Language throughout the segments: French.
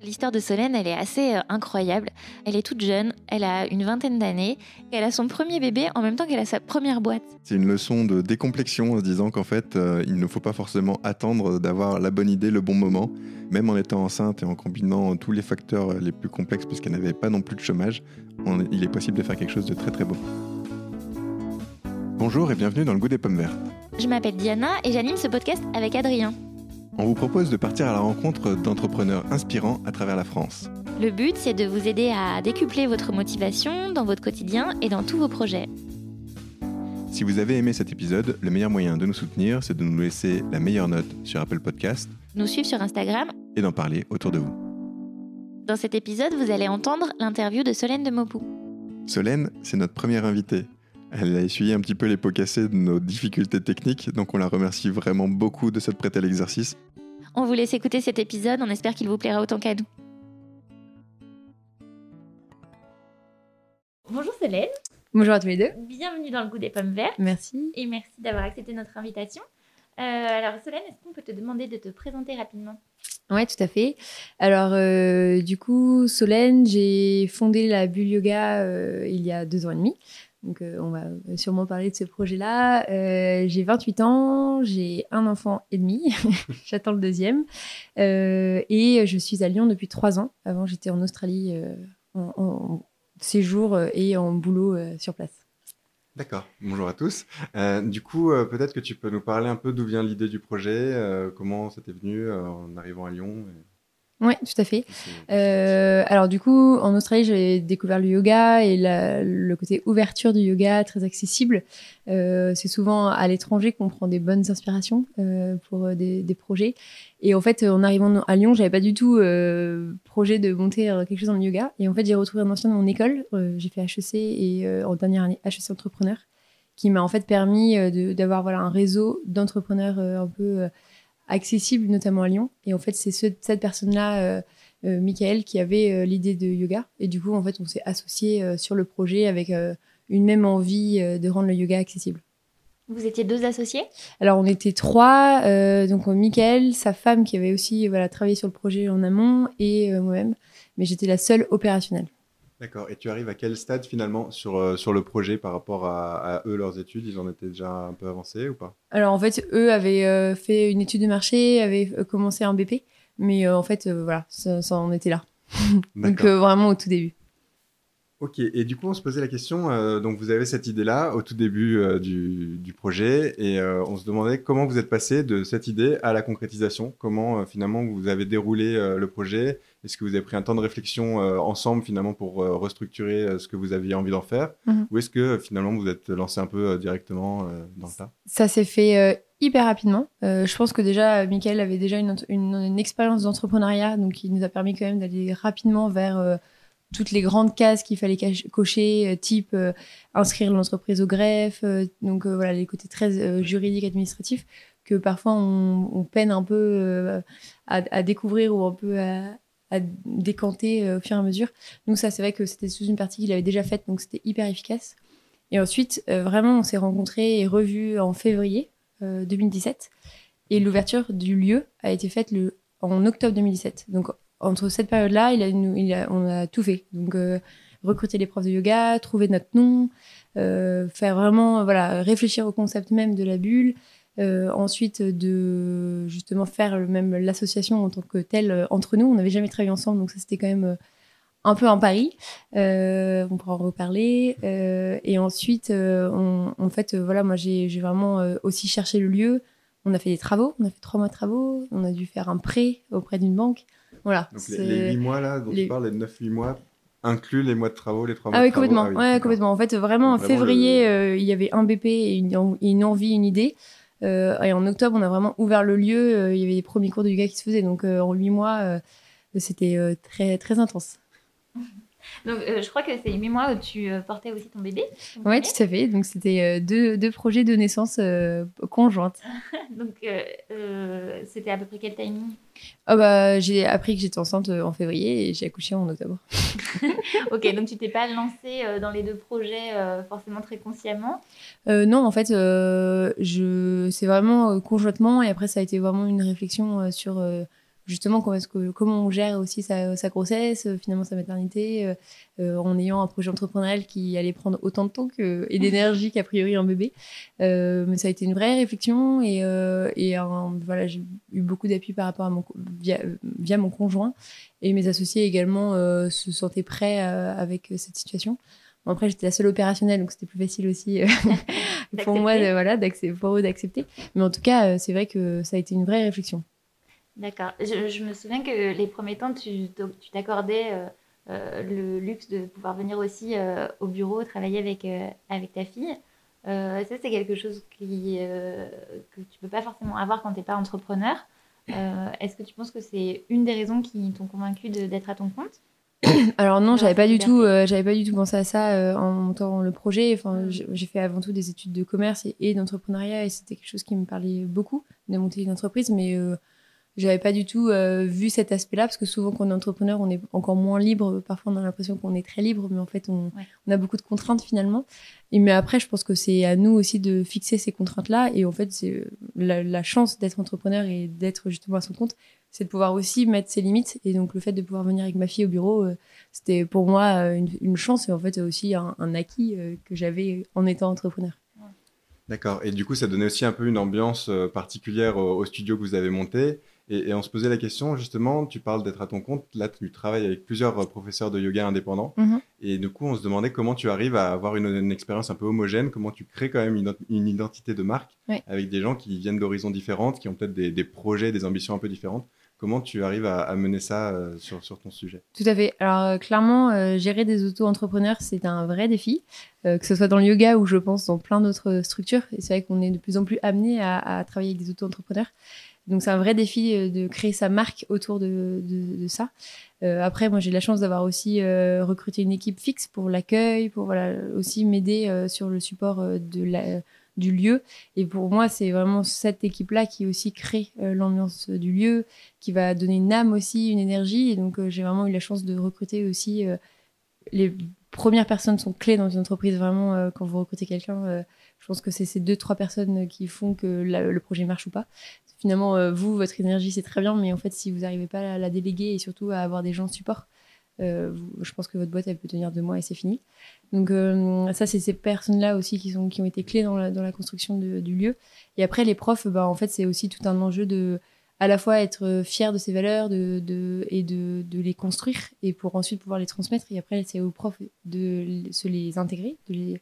L'histoire de Solène, elle est assez incroyable. Elle est toute jeune, elle a une vingtaine d'années, et elle a son premier bébé en même temps qu'elle a sa première boîte. C'est une leçon de décomplexion en se disant qu'en fait, il ne faut pas forcément attendre d'avoir la bonne idée, le bon moment. Même en étant enceinte et en combinant tous les facteurs les plus complexes, puisqu'elle n'avait pas non plus de chômage, il est possible de faire quelque chose de très très beau. Bonjour et bienvenue dans le goût des pommes vertes. Je m'appelle Diana et j'anime ce podcast avec Adrien. On vous propose de partir à la rencontre d'entrepreneurs inspirants à travers la France. Le but, c'est de vous aider à décupler votre motivation dans votre quotidien et dans tous vos projets. Si vous avez aimé cet épisode, le meilleur moyen de nous soutenir, c'est de nous laisser la meilleure note sur Apple Podcast, Nous suivre sur Instagram. et d'en parler autour de vous. Dans cet épisode, vous allez entendre l'interview de Solène de Maupoux. Solène, c'est notre première invitée. Elle a essuyé un petit peu les pots cassés de nos difficultés techniques, donc on la remercie vraiment beaucoup de s'être prêtée à l'exercice. On vous laisse écouter cet épisode, on espère qu'il vous plaira autant qu'à nous. Bonjour Solène. Bonjour à tous les deux. Bienvenue dans le goût des pommes vertes. Merci. Et merci d'avoir accepté notre invitation. Alors Solène, est-ce qu'on peut te demander de te présenter rapidement ? Ouais, tout à fait. Alors, du coup, Solène, j'ai fondé la Bulle Yoga il y a 2 ans et demi. Donc, on va sûrement parler de ce projet-là. J'ai 28 ans, j'ai un enfant et demi. J'attends le deuxième. Et je suis à Lyon depuis 3 ans. Avant, j'étais en Australie en séjour et en boulot sur place. D'accord, bonjour à tous. Du coup, peut-être que tu peux nous parler un peu d'où vient l'idée du projet, comment c'était venu en arrivant à Lyon. Oui, tout à fait. Alors du coup, en Australie, j'ai découvert le yoga et le côté ouverture du yoga très accessible. C'est souvent à l'étranger qu'on prend des bonnes inspirations pour des projets. Et en fait, en arrivant à Lyon, j'avais pas du tout projet de monter quelque chose dans le yoga. Et en fait, j'ai retrouvé un ancien de mon école. J'ai fait HEC et en dernière année HEC entrepreneur, qui m'a en fait permis d'avoir un réseau d'entrepreneurs un peu accessible, notamment à Lyon. Et en fait, c'est cette personne-là, Michael, qui avait l'idée de yoga. Et du coup, en fait, on s'est associés sur le projet avec une même envie de rendre le yoga accessible. Vous étiez 2 associés ? Alors, on était 3. Donc, Michael, sa femme qui avait aussi travaillé sur le projet en amont, et moi-même. Mais j'étais la seule opérationnelle. D'accord, et tu arrives à quel stade finalement sur le projet par rapport à eux, leurs études? Ils en étaient déjà un peu avancés ou pas? Alors en fait, eux avaient fait une étude de marché, avaient commencé un BP, mais en fait, ça en était là. Donc vraiment au tout début. Ok, et du coup, on se posait la question, donc vous avez cette idée-là au tout début du projet, et on se demandait comment vous êtes passé de cette idée à la concrétisation, comment finalement vous avez déroulé le projet. Est-ce que vous avez pris un temps de réflexion ensemble finalement pour restructurer ce que vous aviez envie d'en faire, ou est-ce que finalement vous êtes lancé un peu directement dans le tas? Ça s'est fait hyper rapidement. Je pense que déjà, Michael avait déjà une expérience d'entrepreneuriat, donc il nous a permis quand même d'aller rapidement vers toutes les grandes cases qu'il fallait cocher, type inscrire l'entreprise au greffe, donc les côtés très juridiques, administratifs, que parfois on peine un peu à découvrir ou un peu à décanter au fur et à mesure. Donc ça, c'est vrai que c'était sous une partie qu'il avait déjà faite, donc c'était hyper efficace. Et ensuite, vraiment, on s'est rencontrés et revus en février 2017, et l'ouverture du lieu a été faite en octobre 2017. Donc entre cette période-là, on a tout fait. Donc, recruter les profs de yoga, trouver notre nom, faire vraiment réfléchir au concept même de la bulle. Ensuite, de justement faire l'association en tant que telle entre nous. On n'avait jamais travaillé ensemble, donc ça, c'était quand même un peu un pari. On pourra en reparler. Et ensuite, moi, j'ai vraiment aussi cherché le lieu. On a fait des travaux, on a fait 3 mois de travaux. On a dû faire un prêt auprès d'une banque. Voilà. Donc les 8 mois là dont tu parles, les 9-8 mois, incluent les mois de travaux, les 3 mois de travaux? Complètement. Complètement. En fait, vraiment, en février, il y avait un BP et une envie, une idée. Et en octobre, on a vraiment ouvert le lieu. Il y avait les premiers cours de yoga qui se faisaient. Donc, en 8 mois, c'était très, très intense. Donc, je crois que c'est 8 mois où tu portais aussi ton bébé. Oui, tout à fait. Donc, c'était 2 projets de naissance conjointes. Donc, c'était à peu près quel timing? J'ai appris que j'étais enceinte en février et j'ai accouché en octobre. Ok, donc tu t'es pas lancée dans les 2 projets forcément très consciemment? Non, en fait, c'est vraiment conjointement, et après, ça a été vraiment une réflexion sur justement comment on gère aussi sa grossesse, finalement sa maternité, en ayant un projet entrepreneurial qui allait prendre autant de temps et d'énergie qu'a priori un bébé. Mais ça a été une vraie réflexion voilà, j'ai eu beaucoup d'appui par rapport à via mon conjoint, et mes associés également se sentaient prêts avec cette situation. Bon, après, j'étais la seule opérationnelle, donc c'était plus facile aussi pour moi pour eux d'accepter. Mais en tout cas, c'est vrai que ça a été une vraie réflexion. D'accord. Je me souviens que les premiers temps, tu t'accordais le luxe de pouvoir venir aussi au bureau travailler avec ta fille. Ça, c'est quelque chose que tu peux pas forcément avoir quand tu n'es pas entrepreneur. Est-ce que tu penses que c'est une des raisons qui t'ont convaincu d'être à ton compte? Alors non, j'avais pas du tout pensé à ça en montant le projet. Enfin, j'ai fait avant tout des études de commerce et d'entrepreneuriat, et c'était quelque chose qui me parlait beaucoup de monter une entreprise, mais j'avais pas du tout vu cet aspect-là, parce que souvent quand on est entrepreneur, on est encore moins libre. Parfois, on a l'impression qu'on est très libre, mais en fait, on a beaucoup de contraintes finalement. Mais après, je pense que c'est à nous aussi de fixer ces contraintes-là. Et en fait, c'est la chance d'être entrepreneur et d'être justement à son compte, c'est de pouvoir aussi mettre ses limites. Et donc, le fait de pouvoir venir avec ma fille au bureau, c'était pour moi une chance, et en fait aussi un acquis que j'avais en étant entrepreneur. D'accord. Et du coup, ça donnait aussi un peu une ambiance particulière au studio que vous avez monté. Et on se posait la question, justement, tu parles d'être à ton compte. Là, tu travailles avec plusieurs professeurs de yoga indépendants. Mm-hmm. Et du coup, on se demandait comment tu arrives à avoir une expérience un peu homogène, comment tu crées quand même une identité de marque avec des gens qui viennent d'horizons différentes, qui ont peut-être des projets, des ambitions un peu différentes. Comment tu arrives à mener ça sur ton sujet? Tout à fait. Alors, clairement, gérer des auto-entrepreneurs, c'est un vrai défi, que ce soit dans le yoga ou je pense dans plein d'autres structures. Et c'est vrai qu'on est de plus en plus amené à travailler avec des auto-entrepreneurs. Donc, c'est un vrai défi de créer sa marque autour de ça. Après, moi, j'ai la chance d'avoir aussi recruté une équipe fixe pour l'accueil, pour aussi m'aider sur le support du lieu. Et pour moi, c'est vraiment cette équipe-là qui aussi crée l'ambiance du lieu, qui va donner une âme aussi, une énergie. Et donc, j'ai vraiment eu la chance de recruter aussi. Les premières personnes sont clés dans une entreprise. Vraiment, quand vous recrutez quelqu'un, je pense que c'est ces 2-3 personnes qui font que le projet marche ou pas. Finalement, votre énergie, c'est très bien, mais en fait, si vous n'arrivez pas à la déléguer et surtout à avoir des gens support, je pense que votre boîte, elle peut tenir 2 mois et c'est fini. Donc, ça, c'est ces personnes-là aussi qui ont été clés dans la construction du lieu. Et après, les profs, en fait, c'est aussi tout un enjeu de à la fois être fier de ses valeurs et de les construire, et pour ensuite pouvoir les transmettre. Et après, c'est aux profs de se les intégrer,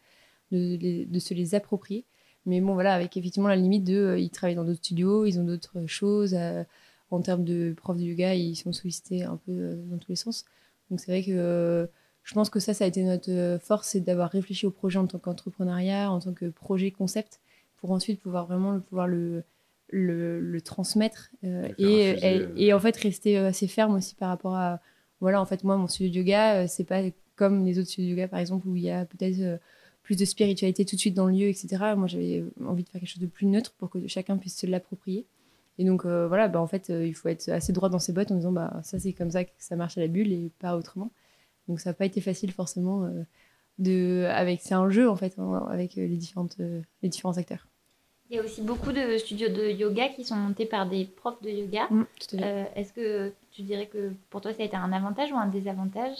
de se les approprier. Mais bon, voilà, avec effectivement la limite ils travaillent dans d'autres studios, ils ont d'autres choses. En termes de profs de yoga, ils sont sollicités un peu dans tous les sens. Donc c'est vrai que je pense que ça a été notre force, c'est d'avoir réfléchi au projet en tant qu'entrepreneuriat, en tant que projet concept, pour ensuite pouvoir vraiment le transmettre et en fait rester assez ferme aussi par rapport à... Voilà, en fait, moi, mon studio de yoga, c'est pas comme les autres studios de yoga, par exemple, où il y a peut-être... plus de spiritualité tout de suite dans le lieu, etc. Moi, j'avais envie de faire quelque chose de plus neutre pour que chacun puisse se l'approprier. Et donc, en fait, il faut être assez droit dans ses bottes en disant, ça, c'est comme ça que ça marche à la bulle et pas autrement. Donc, ça n'a pas été facile, forcément, c'est un jeu, en fait, avec les différents acteurs. Il y a aussi beaucoup de studios de yoga qui sont montés par des profs de yoga. Tout à fait. Est-ce que tu dirais que pour toi, ça a été un avantage ou un désavantage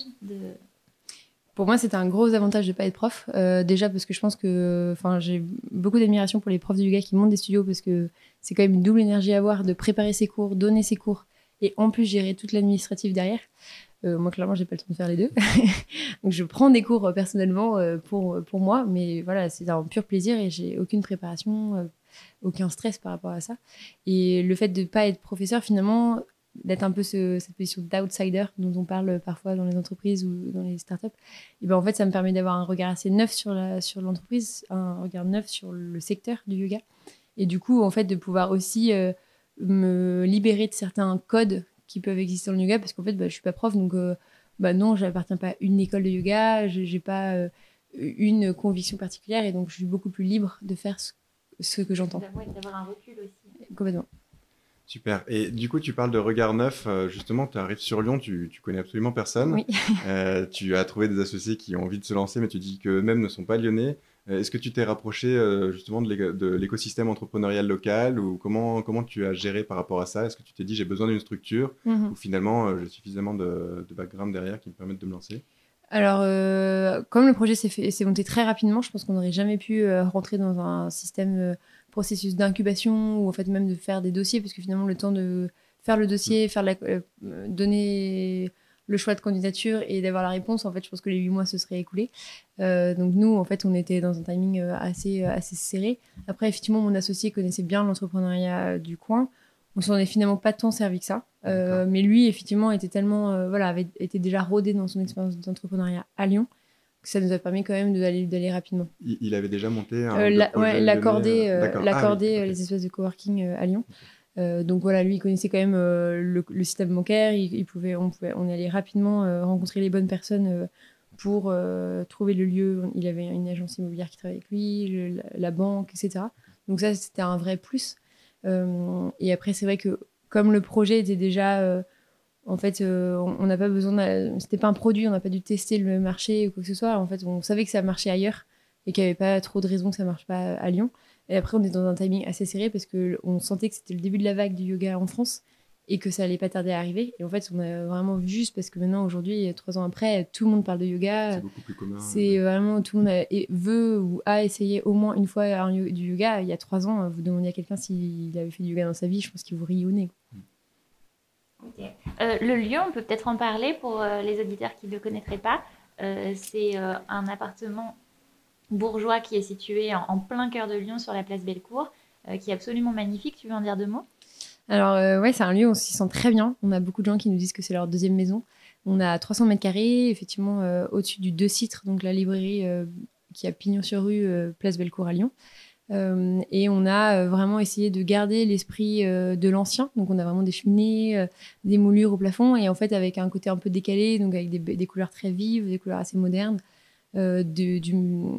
Pour moi, c'était un gros avantage de ne pas être prof. Déjà parce que je pense que j'ai beaucoup d'admiration pour les profs de yoga qui montent des studios, parce que c'est quand même une double énergie à avoir de préparer ses cours, donner ses cours et en plus gérer toute l'administratif derrière. Moi, clairement, j'ai pas le temps de faire les deux. Donc, je prends des cours personnellement pour moi, mais voilà, c'est un pur plaisir et j'ai aucune préparation, aucun stress par rapport à ça. Et le fait de ne pas être professeur, finalement, d'être un peu cette position d'outsider dont on parle parfois dans les entreprises ou dans les startups, et en fait, ça me permet d'avoir un regard assez neuf sur l'entreprise, un regard neuf sur le secteur du yoga. Et du coup, en fait, de pouvoir aussi me libérer de certains codes qui peuvent exister dans le yoga, parce qu'en fait, je suis pas prof, donc non, j'appartiens pas à une école de yoga, j'ai pas une conviction particulière, et donc je suis beaucoup plus libre de faire ce que j'entends. D'avoir un recul aussi. Complètement. Super. Et du coup, tu parles de regard neuf. Justement, tu arrives sur Lyon, tu connais absolument personne. Oui. Tu as trouvé des associés qui ont envie de se lancer, mais tu dis qu'eux-mêmes ne sont pas lyonnais. Est-ce que tu t'es rapproché justement de l'écosystème entrepreneurial local ou comment tu as géré par rapport à ça? Est-ce que tu t'es dit j'ai besoin d'une structure ou finalement j'ai suffisamment de background derrière qui me permettent de me lancer? Alors, comme le projet s'est monté très rapidement, je pense qu'on n'aurait jamais pu rentrer dans un système processus d'incubation ou en fait même de faire des dossiers, parce que finalement le temps de faire le dossier, donner le choix de candidature et d'avoir la réponse, en fait, je pense que les 8 mois se seraient écoulés. Donc nous, en fait, on était dans un timing assez serré. Après, effectivement, mon associé connaissait bien l'entrepreneuriat du coin. On s'en est finalement pas tant servi que ça. Mais lui, effectivement, était tellement, avait été déjà rodé dans son expérience d'entrepreneuriat à Lyon, que ça nous a permis quand même d'aller rapidement. Il avait déjà monté un projet l'accordé, okay. Les espaces de coworking à Lyon. Donc voilà, lui, il connaissait quand même le système bancaire. On est allé rapidement rencontrer les bonnes personnes pour trouver le lieu. Il avait une agence immobilière qui travaillait avec lui, la banque, etc. Donc ça, c'était un vrai plus. Et après, c'est vrai que comme le projet était déjà... en fait, on n'a pas besoin... C'était pas un produit, on n'a pas dû tester le marché ou quoi que ce soit. En fait, on savait que ça marchait ailleurs et qu'il n'y avait pas trop de raisons que ça ne marche pas à Lyon. Et après, on est dans un timing assez serré parce qu'on sentait que c'était le début de la vague du yoga en France et que ça allait pas tarder à arriver. Et en fait, on a vraiment vu juste parce que maintenant, aujourd'hui, 3 ans après, tout le monde parle de yoga. C'est beaucoup plus commun. C'est vraiment, tout le monde veut ou a essayé au moins une fois du yoga. Il y a 3 ans, vous demandiez à quelqu'un s'il avait fait du yoga dans sa vie, je pense qu'il vous riait au nez. Okay. Le lieu, on peut peut-être en parler pour les auditeurs qui ne le connaîtraient pas. C'est un appartement bourgeois qui est situé en plein cœur de Lyon sur la place Bellecour, qui est absolument magnifique. Tu veux en dire 2 mots? Alors ouais, c'est un lieu où on s'y sent très bien. On a beaucoup de gens qui nous disent que c'est leur deuxième maison. On a 300 mètres carrés, effectivement, au-dessus du 2 Citres, donc la librairie qui a pignon sur rue, place Bellecour à Lyon. Et on a vraiment essayé de garder l'esprit de l'ancien. Donc on a vraiment des cheminées, des moulures au plafond, et en fait avec un côté un peu décalé, donc avec des couleurs très vives, des couleurs assez modernes. Du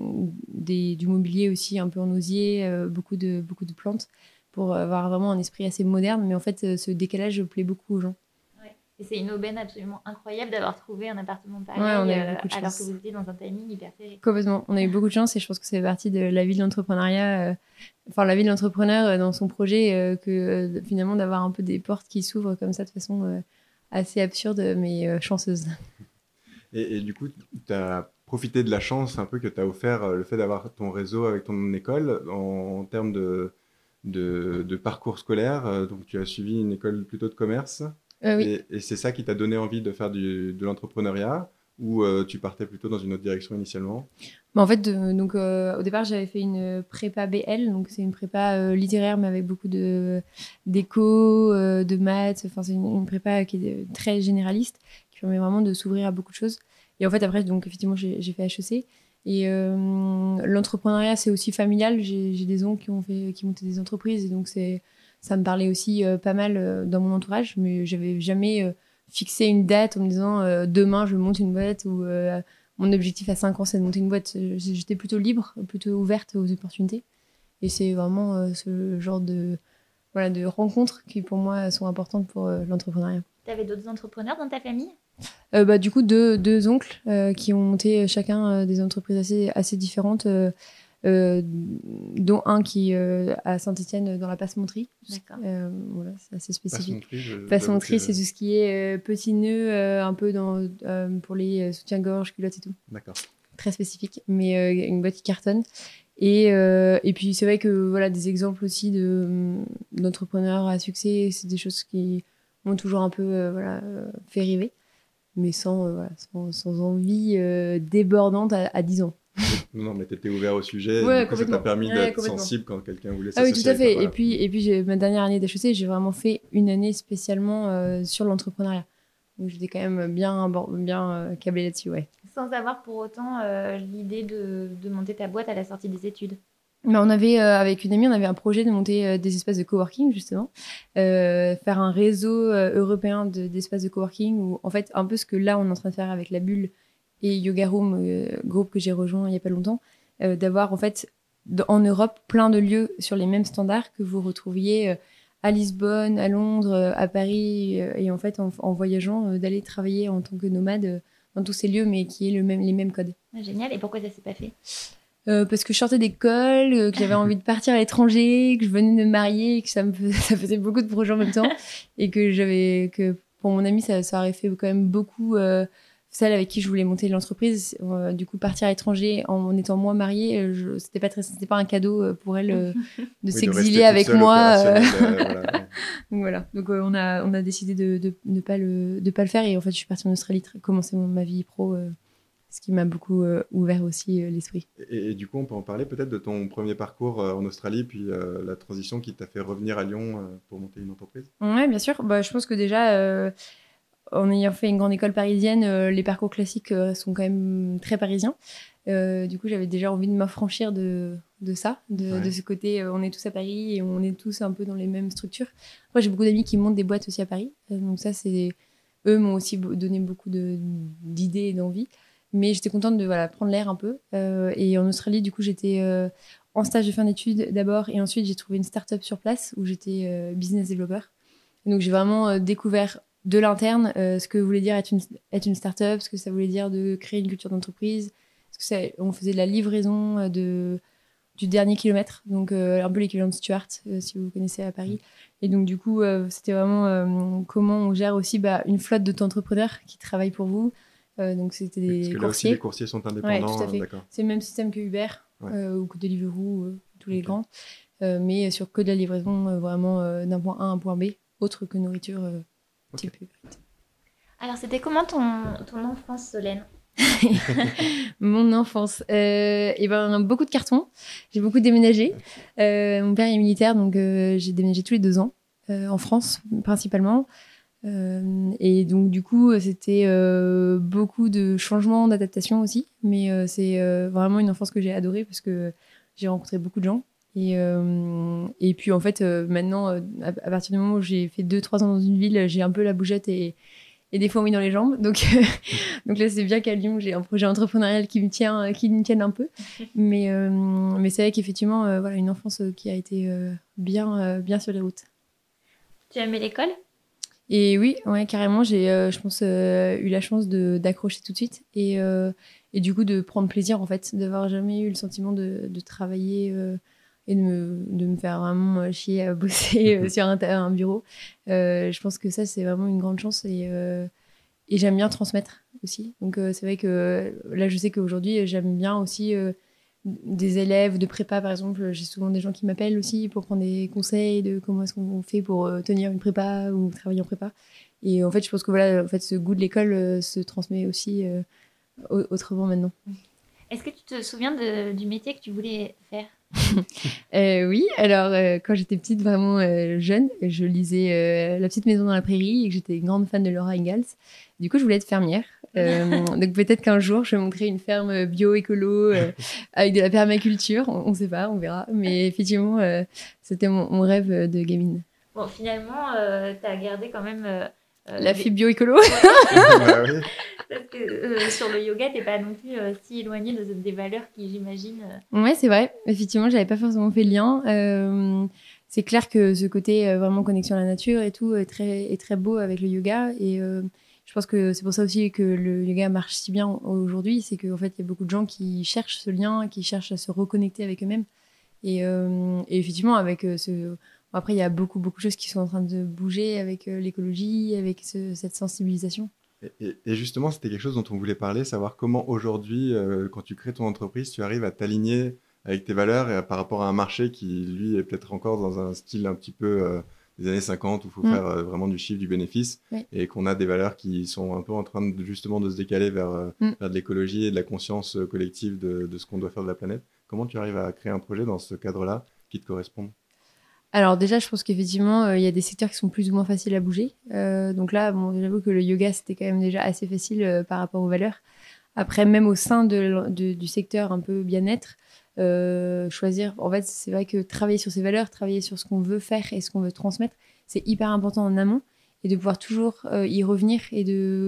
mobilier aussi un peu en osier, beaucoup de plantes pour avoir vraiment un esprit assez moderne, mais en fait ce décalage plaît beaucoup aux gens. Ouais. Et c'est une aubaine absolument incroyable d'avoir trouvé un appartement pareil, alors que vous étiez dans un timing hyper serré. Complètement, on a eu beaucoup de chance et je pense que c'est partie de la vie de l'entrepreneuriat, la vie de l'entrepreneur dans son projet, que finalement d'avoir un peu des portes qui s'ouvrent comme ça de façon assez absurde mais chanceuse. Et du coup, tu as profiter de la chance un peu que tu as offert le fait d'avoir ton réseau avec ton école en termes de parcours scolaire. Donc, tu as suivi une école plutôt de commerce. Oui. Et c'est ça qui t'a donné envie de faire de l'entrepreneuriat ou tu partais plutôt dans une autre direction initialement? En fait, au départ, j'avais fait une prépa BL. Donc, c'est une prépa littéraire, mais avec beaucoup d'éco, de maths. Enfin, c'est une prépa qui est très généraliste, qui permet vraiment de s'ouvrir à beaucoup de choses. Et en fait, après, donc, effectivement, j'ai fait HEC. Et l'entrepreneuriat, c'est aussi familial. J'ai des oncles qui montaient des entreprises. Et donc, ça me parlait aussi pas mal dans mon entourage. Mais j'avais jamais fixé une date en me disant demain, je monte une boîte ou mon objectif à 5 ans, c'est de monter une boîte. J'étais plutôt libre, plutôt ouverte aux opportunités. Et c'est vraiment ce genre de rencontres qui, pour moi, sont importantes pour l'entrepreneuriat. Tu avais d'autres entrepreneurs dans ta famille? Du coup, deux oncles qui ont monté chacun des entreprises assez différentes, dont un qui à Saint-Étienne dans la passementerie. D'accord. Voilà, c'est assez spécifique. Passementerie, c'est tout ce qui est petits nœuds, un peu pour les soutiens-gorge, culottes et tout. D'accord. Très spécifique, mais une boîte qui cartonne. Et puis c'est vrai que des exemples aussi d'entrepreneurs à succès, c'est des choses qui m'ont toujours un peu fait rêver, mais sans envie débordante à 10 ans. Non, mais tu étais ouvert au sujet, ouais, et du coup, ça t'a permis d'être sensible quand quelqu'un voulait s'associer. Ah oui, tout à fait. Toi, et puis ma dernière année d'HEC, j'ai vraiment fait une année spécialement sur l'entrepreneuriat. Donc j'étais quand même bien câblée là-dessus, ouais. Sans avoir pour autant l'idée de monter ta boîte à la sortie des études? Mais on avait, avec une amie, on avait un projet de monter des espaces de coworking, justement. Faire un réseau européen d'espaces de coworking, où, en fait, un peu ce que là, on est en train de faire avec La Bulle et Yoga Room, groupe que j'ai rejoint il n'y a pas longtemps, d'avoir, en fait, en Europe, plein de lieux sur les mêmes standards que vous retrouviez à Lisbonne, à Londres, à Paris, et en fait, en voyageant, d'aller travailler en tant que nomade dans tous ces lieux, mais qui aient les mêmes codes. Ah, génial. Et pourquoi ça s'est pas fait? Parce que je sortais d'école, que j'avais envie de partir à l'étranger, que je venais de me marier, que ça faisait beaucoup de projets en même temps, et que pour mon ami ça aurait fait quand même beaucoup. Celle avec qui je voulais monter l'entreprise, du coup partir à l'étranger en étant moi mariée, c'était pas un cadeau pour elle de s'exiler avec moi. Voilà. Donc voilà. Donc on a décidé de ne pas le faire, et en fait je suis partie en Australie commencer ma vie pro. Ce qui m'a beaucoup ouvert aussi l'esprit. Et du coup, on peut en parler peut-être de ton premier parcours en Australie, puis la transition qui t'a fait revenir à Lyon pour monter une entreprise. Ouais, bien sûr. Bah, je pense que déjà, en ayant fait une grande école parisienne, les parcours classiques sont quand même très parisiens. Du coup, j'avais déjà envie de m'affranchir de ça, de ce côté, on est tous à Paris et on est tous un peu dans les mêmes structures. Après, j'ai beaucoup d'amis qui montent des boîtes aussi à Paris. Donc ça, eux m'ont aussi donné beaucoup d'idées et d'envie. Mais j'étais contente de prendre l'air un peu. Et en Australie, du coup, j'étais en stage de fin d'études d'abord. Et ensuite, j'ai trouvé une start-up sur place où j'étais business developer. Et donc, j'ai vraiment découvert de l'interne ce que voulait dire être une start-up, ce que ça voulait dire de créer une culture d'entreprise. On faisait de la livraison du dernier kilomètre. Donc, un peu l'équivalent de Stuart, si vous connaissez à Paris. Et donc, du coup, c'était vraiment comment on gère aussi une flotte d'entrepreneurs qui travaillent pour vous. Donc c'était des Parce que là coursiers. aussi, les coursiers sont indépendants. Ouais, tout à fait. D'accord. C'est le même système que Uber ou que Deliveroo, tous les grands. Mais sur que de la livraison, vraiment d'un point A à un point B, autre que nourriture type Uber. Alors, c'était comment ton enfance, Solène? Mon enfance, beaucoup de cartons. J'ai beaucoup déménagé. Mon père est militaire, donc j'ai déménagé tous les 2 ans en France principalement. Et donc du coup c'était beaucoup de changements, d'adaptation aussi, mais c'est vraiment une enfance que j'ai adorée parce que j'ai rencontré beaucoup de gens et puis en fait maintenant à partir du moment où j'ai fait 2-3 ans dans une ville, j'ai un peu la bougette et des fourmis dans les jambes, donc là c'est bien qu'à Lyon j'ai un projet entrepreneurial qui me tienne un peu, mais c'est vrai qu'effectivement une enfance qui a été bien sur les routes. Tu as aimé l'école? Et oui, ouais, carrément, j'ai, je pense, eu la chance d'accrocher tout de suite et du coup de prendre plaisir en fait, d'avoir jamais eu le sentiment de travailler et de me faire vraiment chier à bosser sur un bureau. Je pense que ça, c'est vraiment une grande chance et j'aime bien transmettre aussi. Donc c'est vrai que là, je sais qu'aujourd'hui, j'aime bien aussi des élèves de prépa, par exemple. J'ai souvent des gens qui m'appellent aussi pour prendre des conseils de comment est-ce qu'on fait pour tenir une prépa ou travailler en prépa. Et en fait, je pense que ce goût de l'école se transmet aussi autrement maintenant. Est-ce que tu te souviens du métier que tu voulais faire? Oui, alors quand j'étais petite, vraiment jeune, je lisais La petite maison dans la prairie et que j'étais une grande fan de Laura Ingalls. Du coup, je voulais être fermière. Donc peut-être qu'un jour, je vais montrer une ferme bio-écolo avec de la permaculture. On ne sait pas, on verra. Mais effectivement, c'était mon rêve de gamine. Bon, finalement, tu as gardé quand même... la fibre bio-écolo. Bah oui. Parce que sur le yoga, t'es pas non plus si éloigné des valeurs qui, j'imagine... Ouais, c'est vrai. Effectivement, j'avais pas forcément fait le lien. C'est clair que ce côté vraiment connexion à la nature et tout est très beau avec le yoga. Et je pense que c'est pour ça aussi que le yoga marche si bien aujourd'hui. C'est qu'en fait, il y a beaucoup de gens qui cherchent ce lien, qui cherchent à se reconnecter avec eux-mêmes. Et effectivement, avec après, il y a beaucoup de choses qui sont en train de bouger avec l'écologie, avec cette sensibilisation. Et justement, c'était quelque chose dont on voulait parler, savoir comment aujourd'hui, quand tu crées ton entreprise, tu arrives à t'aligner avec tes valeurs et par rapport à un marché qui, lui, est peut-être encore dans un style un petit peu des années 50 où il faut faire vraiment du chiffre, du bénéfice, et qu'on a des valeurs qui sont un peu en train justement de se décaler vers de l'écologie et de la conscience collective de ce qu'on doit faire de la planète. Comment tu arrives à créer un projet dans ce cadre-là qui te corresponde? Alors déjà, je pense qu'effectivement, il y a des secteurs qui sont plus ou moins faciles à bouger. Donc là, j'avoue que le yoga, c'était quand même déjà assez facile par rapport aux valeurs. Après, même au sein du secteur un peu bien-être, choisir... En fait, c'est vrai que travailler sur ces valeurs, travailler sur ce qu'on veut faire et ce qu'on veut transmettre, c'est hyper important en amont. Et de pouvoir toujours y revenir et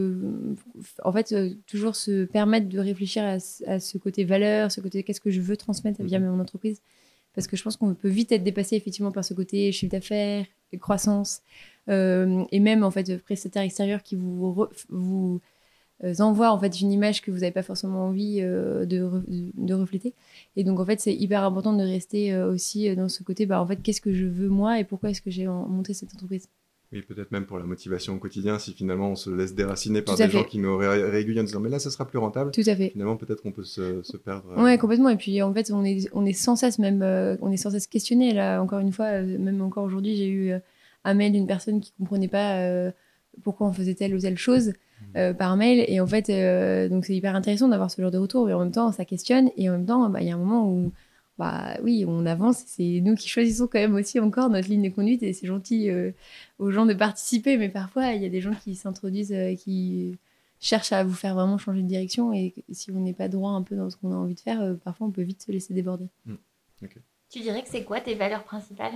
toujours se permettre de réfléchir à ce côté valeur, ce côté qu'est-ce que je veux transmettre via mon entreprise. Parce que je pense qu'on peut vite être dépassé effectivement par ce côté chiffre d'affaires, croissance, et même en fait prestataire extérieur qui vous envoie en fait une image que vous n'avez pas forcément envie de refléter. Et donc en fait c'est hyper important de rester aussi dans ce côté, en fait qu'est-ce que je veux moi et pourquoi est-ce que j'ai monté cette entreprise. Oui, peut-être même pour la motivation au quotidien, si finalement on se laisse déraciner par Tout à des gens fait. qui nous régulièrent en disant mais là ça sera plus rentable. Tout à fait. Finalement peut-être qu'on peut se perdre. Ouais, complètement. Et puis en fait on est sans cesse même on est sans cesse questionné là. Encore une fois, même encore aujourd'hui j'ai eu un mail d'une personne qui comprenait pas pourquoi on faisait telle ou telle chose par mail. Et en fait donc c'est hyper intéressant d'avoir ce genre de retour. Et en même temps ça questionne. Et en même temps il y a un moment où oui, on avance, c'est nous qui choisissons quand même aussi encore notre ligne de conduite et c'est gentil aux gens de participer, mais parfois il y a des gens qui s'introduisent, qui cherchent à vous faire vraiment changer de direction et si on n'est pas droit un peu dans ce qu'on a envie de faire, parfois on peut vite se laisser déborder. Okay. Tu dirais que c'est quoi tes valeurs principales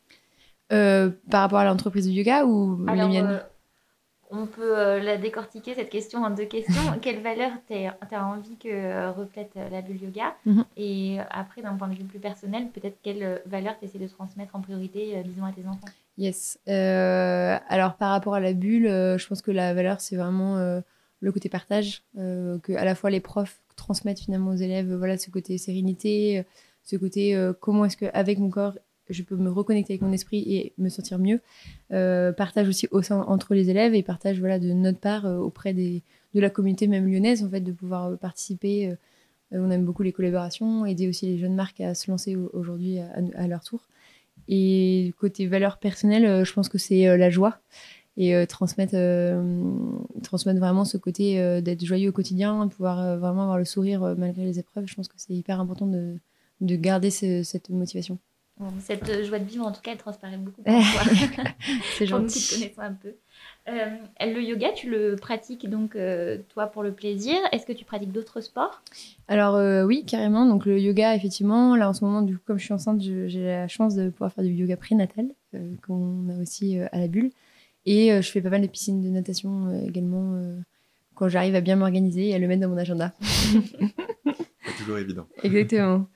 par rapport à l'entreprise de yoga ou Alors, les miennes on peut la décortiquer cette question en 2 questions. Quelles valeurs tu as envie que reflète la bulle yoga Et après, d'un point de vue plus personnel, peut-être quelles valeurs tu essaies de transmettre en priorité, disons, à tes enfants? Yes. Alors, par rapport à la bulle, je pense que la valeur, c'est vraiment le côté partage, que à la fois les profs transmettent finalement aux élèves, voilà, ce côté sérénité, ce côté comment est-ce qu'avec mon corps, je peux me reconnecter avec mon esprit et me sentir mieux. Partage aussi entre les élèves et partage voilà, de notre part auprès de la communauté même lyonnaise, en fait, de pouvoir participer. On aime beaucoup les collaborations, aider aussi les jeunes marques à se lancer aujourd'hui à leur tour. Et côté valeurs personnelles, je pense que c'est la joie et transmettre vraiment ce côté d'être joyeux au quotidien, pouvoir vraiment avoir le sourire malgré les épreuves. Je pense que c'est hyper important de garder cette motivation. Bon, cette joie de vivre, en tout cas, elle transparaît beaucoup pour toi. C'est pour nous qui te gentil. connaissons un peu. Le yoga, tu le pratiques donc toi pour le plaisir. Est-ce que tu pratiques d'autres sports? Alors oui, carrément. Donc le yoga, effectivement, là en ce moment, du coup, comme je suis enceinte, j'ai la chance de pouvoir faire du yoga prénatal, qu'on a aussi à la bulle. Et je fais pas mal de piscines de natation également quand j'arrive à bien m'organiser et à le mettre dans mon agenda. C'est toujours évident. Exactement.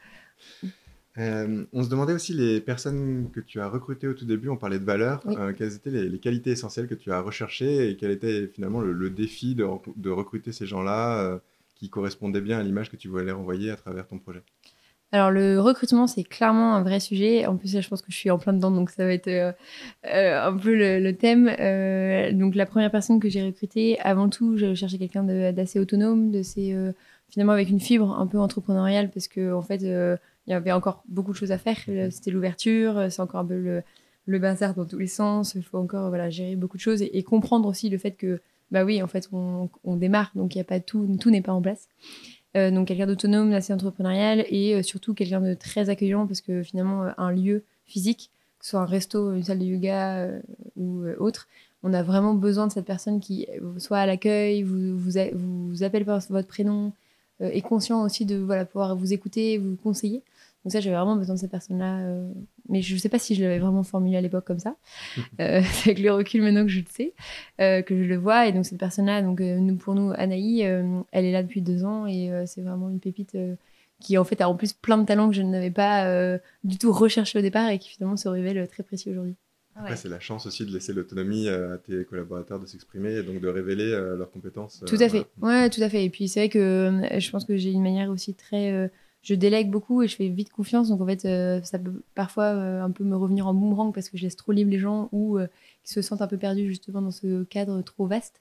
On se demandait aussi les personnes que tu as recrutées au tout début, on parlait de valeurs, Oui. quelles étaient les qualités essentielles que tu as recherchées et quel était finalement le défi de recruter ces gens-là qui correspondaient bien à l'image que tu voulais renvoyer à travers ton projet? Alors le recrutement, c'est clairement un vrai sujet. En plus, là, je pense que je suis en plein dedans, donc ça va être un peu le thème. Donc la première personne que j'ai recrutée, avant tout, j'ai cherché quelqu'un d'assez autonome, finalement avec une fibre un peu entrepreneuriale, parce que en fait, il y avait encore beaucoup de choses à faire. C'était l'ouverture, c'est encore un peu le bazar dans tous les sens. Il faut encore gérer beaucoup de choses et comprendre aussi le fait que, bah oui, en fait, on démarre, donc il y a pas tout n'est pas en place. Donc quelqu'un d'autonome, assez entrepreneurial et surtout quelqu'un de très accueillant parce que finalement un lieu physique, que ce soit un resto, une salle de yoga ou autre, on a vraiment besoin de cette personne qui soit à l'accueil, vous appelle par votre prénom, est conscient aussi de pouvoir vous écouter, vous conseiller. Donc ça, j'avais vraiment besoin de cette personne-là. Mais je ne sais pas si je l'avais vraiment formulé à l'époque comme ça. C'est avec le recul maintenant que je le sais, que je le vois. Et donc cette personne-là, donc, pour nous, Anaï, elle est là depuis 2 ans et c'est vraiment une pépite qui en fait a en plus plein de talents que je n'avais pas du tout recherché au départ et qui finalement se révèle très précieux aujourd'hui. Après, c'est la chance aussi de laisser l'autonomie à tes collaborateurs de s'exprimer et donc de révéler leurs compétences. Tout à fait. Ouais, tout à fait. Et puis c'est vrai que je pense que j'ai une manière aussi très... je délègue beaucoup et je fais vite confiance. Donc en fait, ça peut parfois un peu me revenir en boomerang parce que je laisse trop libre les gens ou qui se sentent un peu perdus justement dans ce cadre trop vaste.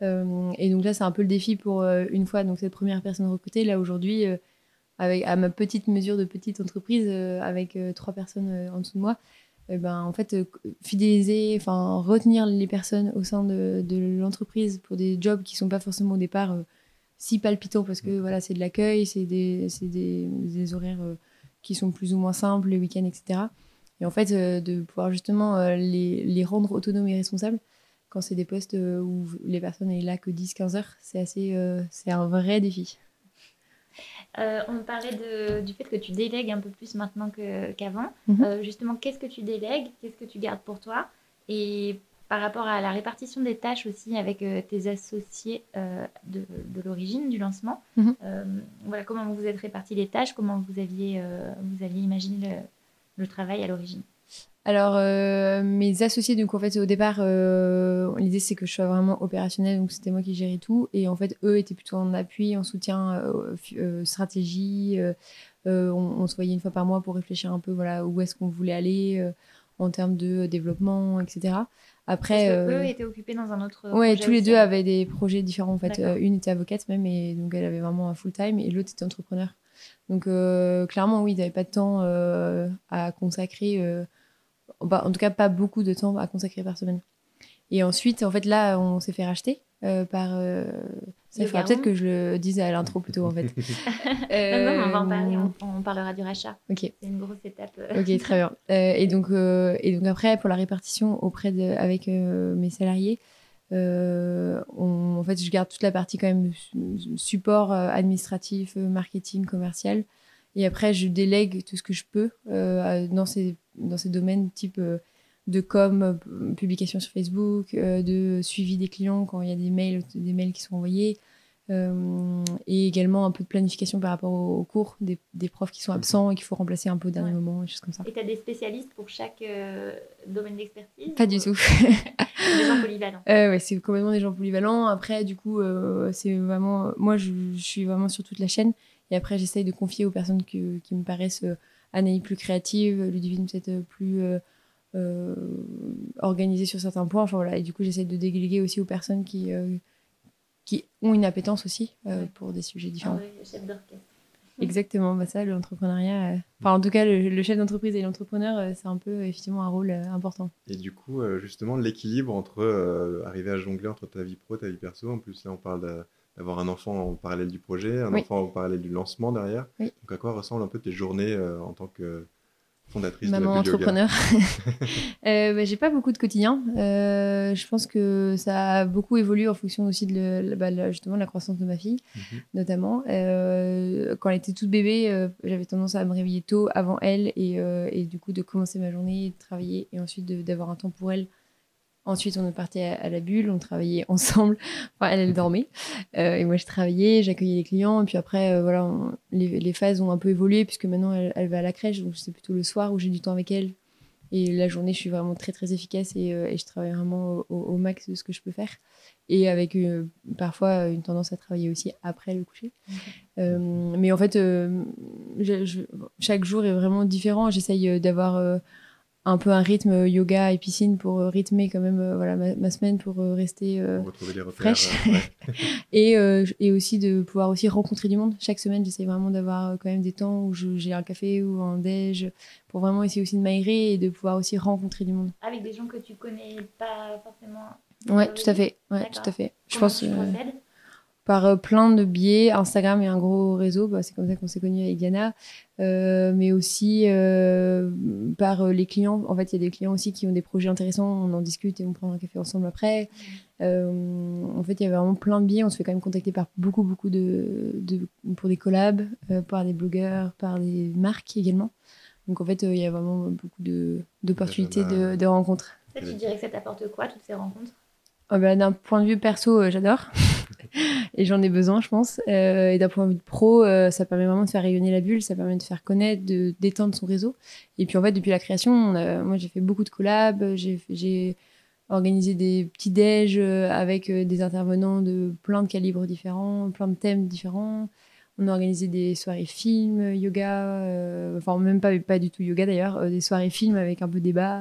Et donc là, c'est un peu le défi pour une fois donc cette première personne recrutée. Là aujourd'hui, à ma petite mesure de petite entreprise, avec 3 personnes en dessous de moi, en fait, fidéliser, retenir les personnes au sein de l'entreprise pour des jobs qui sont pas forcément au départ si palpitants parce que c'est de l'accueil, c'est des horaires qui sont plus ou moins simples, les week-ends, etc. Et en fait, de pouvoir justement les rendre autonomes et responsables quand c'est des postes où les personnes sont là que 10-15 heures, c'est un vrai défi. On parlait du fait que tu délègues un peu plus maintenant qu'avant. Justement, qu'est-ce que tu délègues? Qu'est-ce que tu gardes pour toi? Et par rapport à la répartition des tâches aussi avec tes associés de l'origine, du lancement, comment vous êtes répartis les tâches? Comment vous aviez imaginé le travail à l'origine? Alors, mes associés, donc en fait, au départ, l'idée c'est que je sois vraiment opérationnelle, donc c'était moi qui gérais tout. Et en fait, eux étaient plutôt en appui, en soutien, stratégie. On se voyait une fois par mois pour réfléchir un peu, voilà, où est-ce qu'on voulait aller en termes de développement, etc. Après, parce que eux étaient occupés dans un autre ouais, projet tous les aussi, deux hein. avaient des projets différents en fait. D'accord. Une était avocate même, et donc elle avait vraiment un full time, et l'autre était entrepreneur. Donc clairement, oui, ils n'avaient pas de temps à consacrer. En tout cas, pas beaucoup de temps à consacrer par semaine. Et ensuite, en fait, là, on s'est fait racheter par. Ça, il faudra peut-être que je le dise à l'intro plutôt, en fait. Non, on va en parler, on parlera du rachat. Ok. C'est une grosse étape. Ok, très bien. Et donc après, pour la répartition avec mes salariés, en fait, je garde toute la partie quand même support administratif, marketing, commercial. Et après, je délègue tout ce que je peux dans ces domaines type de com, publication sur Facebook, de suivi des clients quand il y a des mails qui sont envoyés, et également un peu de planification par rapport aux cours des profs qui sont absents et qu'il faut remplacer un peu au dernier moment, des choses comme ça. Et tu as des spécialistes pour chaque domaine d'expertise? Pas du tout. Des gens polyvalents. Ouais, c'est complètement des gens polyvalents. Après, du coup, c'est vraiment... Moi, je suis vraiment sur toute la chaîne. Et après, j'essaye de confier aux personnes qui me paraissent Anaïs plus créative, Ludivine peut-être plus organisée sur certains points. Enfin, voilà. Et du coup, j'essaye de déléguer aussi aux personnes qui ont une appétence aussi pour des sujets différents. Un vrai chef d'orchestre. Exactement, bah ça, l'entrepreneuriat... Enfin, en tout cas, le chef d'entreprise et l'entrepreneur, c'est un peu, effectivement, un rôle important. Et du coup, justement, l'équilibre entre arriver à jongler entre ta vie pro et ta vie perso. En plus, là, on parle d'avoir un enfant en parallèle du projet, un enfant en parallèle du lancement derrière. Oui. Donc, à quoi ressemblent un peu tes journées en tant que fondatrice Maman de la bulle entrepreneur. J'ai pas beaucoup de quotidien. Je pense que ça a beaucoup évolué en fonction aussi de justement de la croissance de ma fille, notamment. Quand elle était toute bébé, j'avais tendance à me réveiller tôt avant elle et du coup de commencer ma journée, de travailler et ensuite d'avoir un temps pour elle. Ensuite, on partait à la bulle, on travaillait ensemble. Enfin, elle dormait. Et moi, je travaillais, j'accueillais les clients. Et puis après, voilà, les phases ont un peu évolué puisque maintenant, elle va à la crèche. Donc, c'est plutôt le soir où j'ai du temps avec elle. Et la journée, je suis vraiment très, très efficace et je travaille vraiment au max de ce que je peux faire. Et avec parfois une tendance à travailler aussi après le coucher. Mais en fait, chaque jour est vraiment différent. J'essaye d'avoir... un peu un rythme yoga et piscine pour rythmer quand même voilà, ma semaine pour rester fraîche. Et aussi de pouvoir aussi rencontrer du monde. Chaque semaine, j'essaie vraiment d'avoir quand même des temps où j'ai un café ou un déj pour vraiment essayer aussi de m'aérer et de pouvoir aussi rencontrer du monde. Avec des gens que tu connais pas forcément. Ouais, tout à fait. Ouais, tout à fait. Je pense tu procèdes par plein de biais. Instagram est un gros réseau, c'est comme ça qu'on s'est connus avec Diana, mais aussi par les clients. En fait, il y a des clients aussi qui ont des projets intéressants, on en discute et on prend un café ensemble après. En fait, il y a vraiment plein de biais, on se fait quand même contacter par beaucoup pour des collabs, par des blogueurs, par des marques également. Donc en fait, il y a vraiment beaucoup d'opportunités de rencontres. Ça, tu dirais que ça t'apporte quoi, toutes ces rencontres? D'un point de vue perso, j'adore. Et j'en ai besoin, je pense. Et d'un point de vue pro, ça permet vraiment de faire rayonner la bulle, ça permet de faire connaître, d'étendre son réseau. Et puis en fait, depuis la création, moi j'ai fait beaucoup de collabs, j'ai organisé des petits déj avec des intervenants de plein de calibres différents, plein de thèmes différents. On a organisé des soirées films, yoga, enfin même pas du tout yoga d'ailleurs, des soirées films avec un peu débat.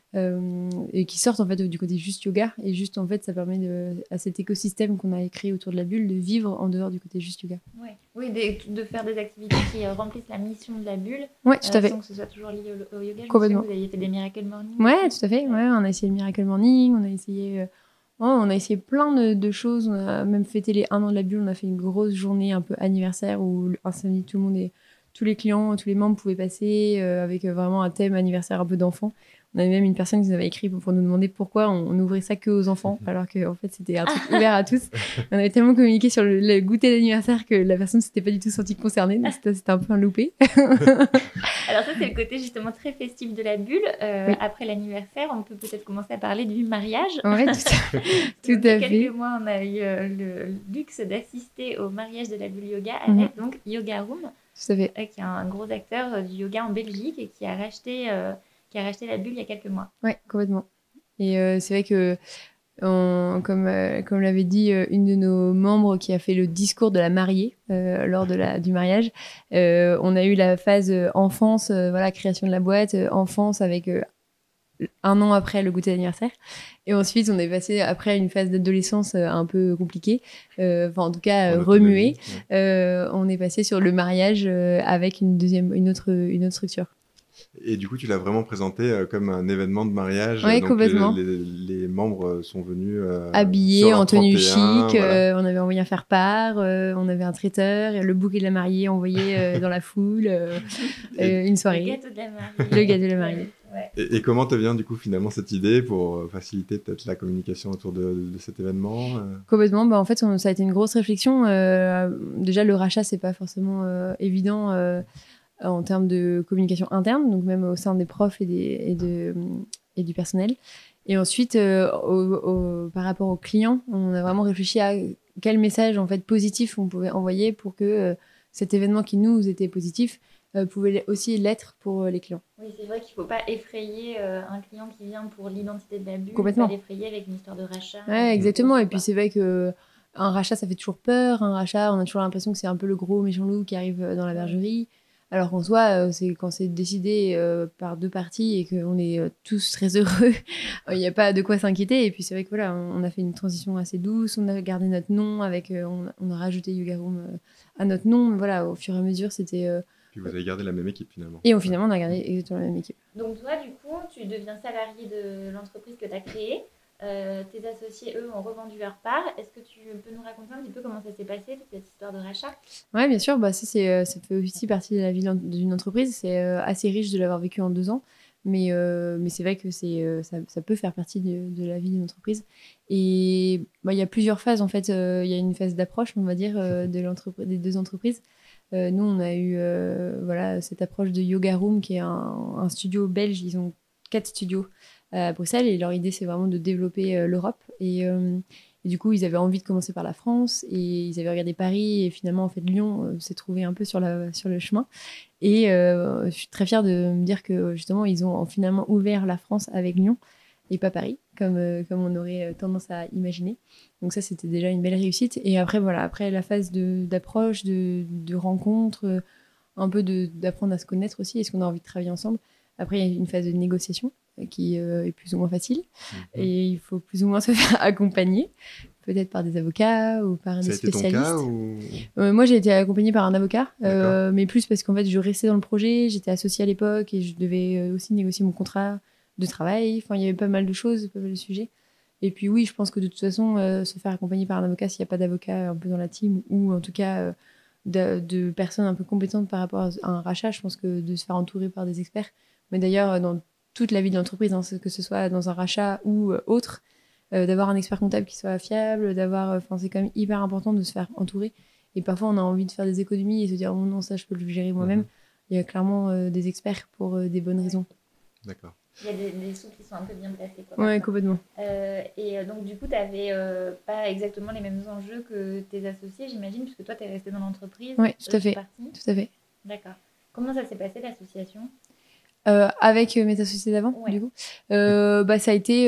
Et qui sortent en fait du côté juste yoga et juste en fait ça permet à cet écosystème qu'on a créé autour de la bulle de vivre en dehors du côté juste yoga. Oui, de faire des activités qui remplissent la mission de la bulle, tout à fait. sans que ce soit toujours lié au yoga. Complètement. Vous aviez fait des Miracle Morning. Ouais, tout à fait. Ouais, on a essayé le Miracle Morning, on a essayé plein de choses. On a même fêté les 1 an de la bulle. On a fait une grosse journée un peu anniversaire où un samedi tous les clients, tous les membres pouvaient passer avec vraiment un thème anniversaire un peu d'enfant. On avait même une personne qui nous avait écrit pour nous demander pourquoi on ouvrait ça que aux enfants, alors qu'en fait, c'était un truc ouvert à tous. On avait tellement communiqué sur le goûter d'anniversaire que la personne ne s'était pas du tout sentie concernée. Donc c'était un peu un loupé. Alors ça, c'est le côté justement très festif de la bulle. Oui. Après l'anniversaire, on peut peut-être commencer à parler du mariage. Oui, tout à fait. Il y a quelques mois, on a eu le luxe d'assister au mariage de la bulle yoga avec donc Yoga Room, tout à fait. Qui est un gros acteur du yoga en Belgique et qui a racheté... qui a racheté la bulle il y a quelques mois. Ouais, complètement. Et c'est vrai que, comme l'avait dit une de nos membres qui a fait le discours de la mariée lors du mariage, on a eu la phase enfance, voilà, création de la boîte, enfance avec 1 an après le goûter d'anniversaire. Et ensuite, on est passé après à une phase d'adolescence un peu compliquée, en tout cas remuée. On est passé sur le mariage avec une autre structure. Et du coup, tu l'as vraiment présenté comme un événement de mariage. Oui, donc complètement. Les membres sont venus habillés en tenue chic. Voilà. On avait envoyé un faire-part. On avait un traiteur. Et le bouquet de la mariée envoyé dans la foule. Une soirée. Le gâteau de la mariée. Le gâteau de la mariée. Ouais. Et comment te vient du coup finalement cette idée pour faciliter peut-être la communication autour de cet événement Complètement. En fait, ça a été une grosse réflexion. Déjà, le rachat, c'est pas forcément évident en termes de communication interne, donc même au sein des profs et du personnel. Et ensuite, par rapport aux clients, on a vraiment réfléchi à quel message en fait positif on pouvait envoyer pour que cet événement qui nous était positif pouvait aussi l'être pour les clients. Oui, c'est vrai qu'il ne faut pas effrayer un client qui vient pour l'identité de la bulle. Complètement. Pas l'effrayer avec une histoire de rachat. Ouais, exactement. Et puis c'est vrai que un rachat, ça fait toujours peur. Un rachat, on a toujours l'impression que c'est un peu le gros méchant loup qui arrive dans la bergerie. Alors qu'en soi, c'est quand c'est décidé par 2 parties et qu'on est tous très heureux, il n'y a pas de quoi s'inquiéter. Et puis c'est vrai que voilà, on a fait une transition assez douce, on a gardé notre nom, on a rajouté Yoga Room à notre nom. Mais voilà, au fur et à mesure, c'était... Puis vous avez gardé la même équipe finalement. Et finalement, on a gardé exactement la même équipe. Donc toi, du coup, tu deviens salarié de l'entreprise que tu as créée. Tes associés, eux, ont revendu leur part. Est-ce que tu peux nous raconter un petit peu comment ça s'est passé, toute cette histoire de rachat ? Oui, bien sûr. Ça fait aussi partie de la vie d'une entreprise. C'est assez riche de l'avoir vécu en 2 ans. Mais c'est vrai que ça peut faire partie de la vie d'une entreprise. Et il y a plusieurs phases, en fait. Il y a une phase d'approche, on va dire, des 2 entreprises. Nous, on a eu cette approche de Yoga Room, qui est un studio belge. Ils ont 4 studios à Bruxelles et leur idée, c'est vraiment de développer l'Europe. Et du coup, ils avaient envie de commencer par la France et ils avaient regardé Paris et finalement, en fait, Lyon s'est trouvé un peu sur le chemin. Et je suis très fière de me dire que justement, ils ont finalement ouvert la France avec Lyon et pas Paris, comme on aurait tendance à imaginer. Donc ça, c'était déjà une belle réussite. Et après, après la phase d'approche, de rencontre, un peu d'apprendre à se connaître aussi. Est-ce qu'on a envie de travailler ensemble ? Après, il y a une phase de négociation qui est plus ou moins facile. Et il faut plus ou moins se faire accompagner, peut-être par des avocats ou par des spécialistes. Ça a été ton cas ou... Moi, j'ai été accompagnée par un avocat, mais plus parce qu'en fait, je restais dans le projet, j'étais associée à l'époque et je devais aussi négocier mon contrat de travail. Enfin, il y avait pas mal de choses, pas mal de sujets. Et puis oui, je pense que de toute façon, se faire accompagner par un avocat, s'il n'y a pas d'avocat un peu dans la team, ou en tout cas de personnes un peu compétentes par rapport à un rachat, je pense que de se faire entourer par des experts. Mais d'ailleurs, dans toute la vie de l'entreprise, que ce soit dans un rachat ou autre, d'avoir un expert comptable qui soit fiable, c'est quand même hyper important de se faire entourer. Et parfois, on a envie de faire des économies et se dire, oh non, ça, je peux le gérer moi-même. Il y a clairement des experts pour des bonnes raisons. D'accord. Il y a des sous qui sont un peu bien placés. Oui, complètement. Et donc, du coup, tu n'avais pas exactement les mêmes enjeux que tes associés, j'imagine, puisque toi, tu es resté dans l'entreprise. Oui, tout à fait. Tout à fait. D'accord. Comment ça s'est passé, l'association ? Avec mes associés d'avant, du coup. Ça a été,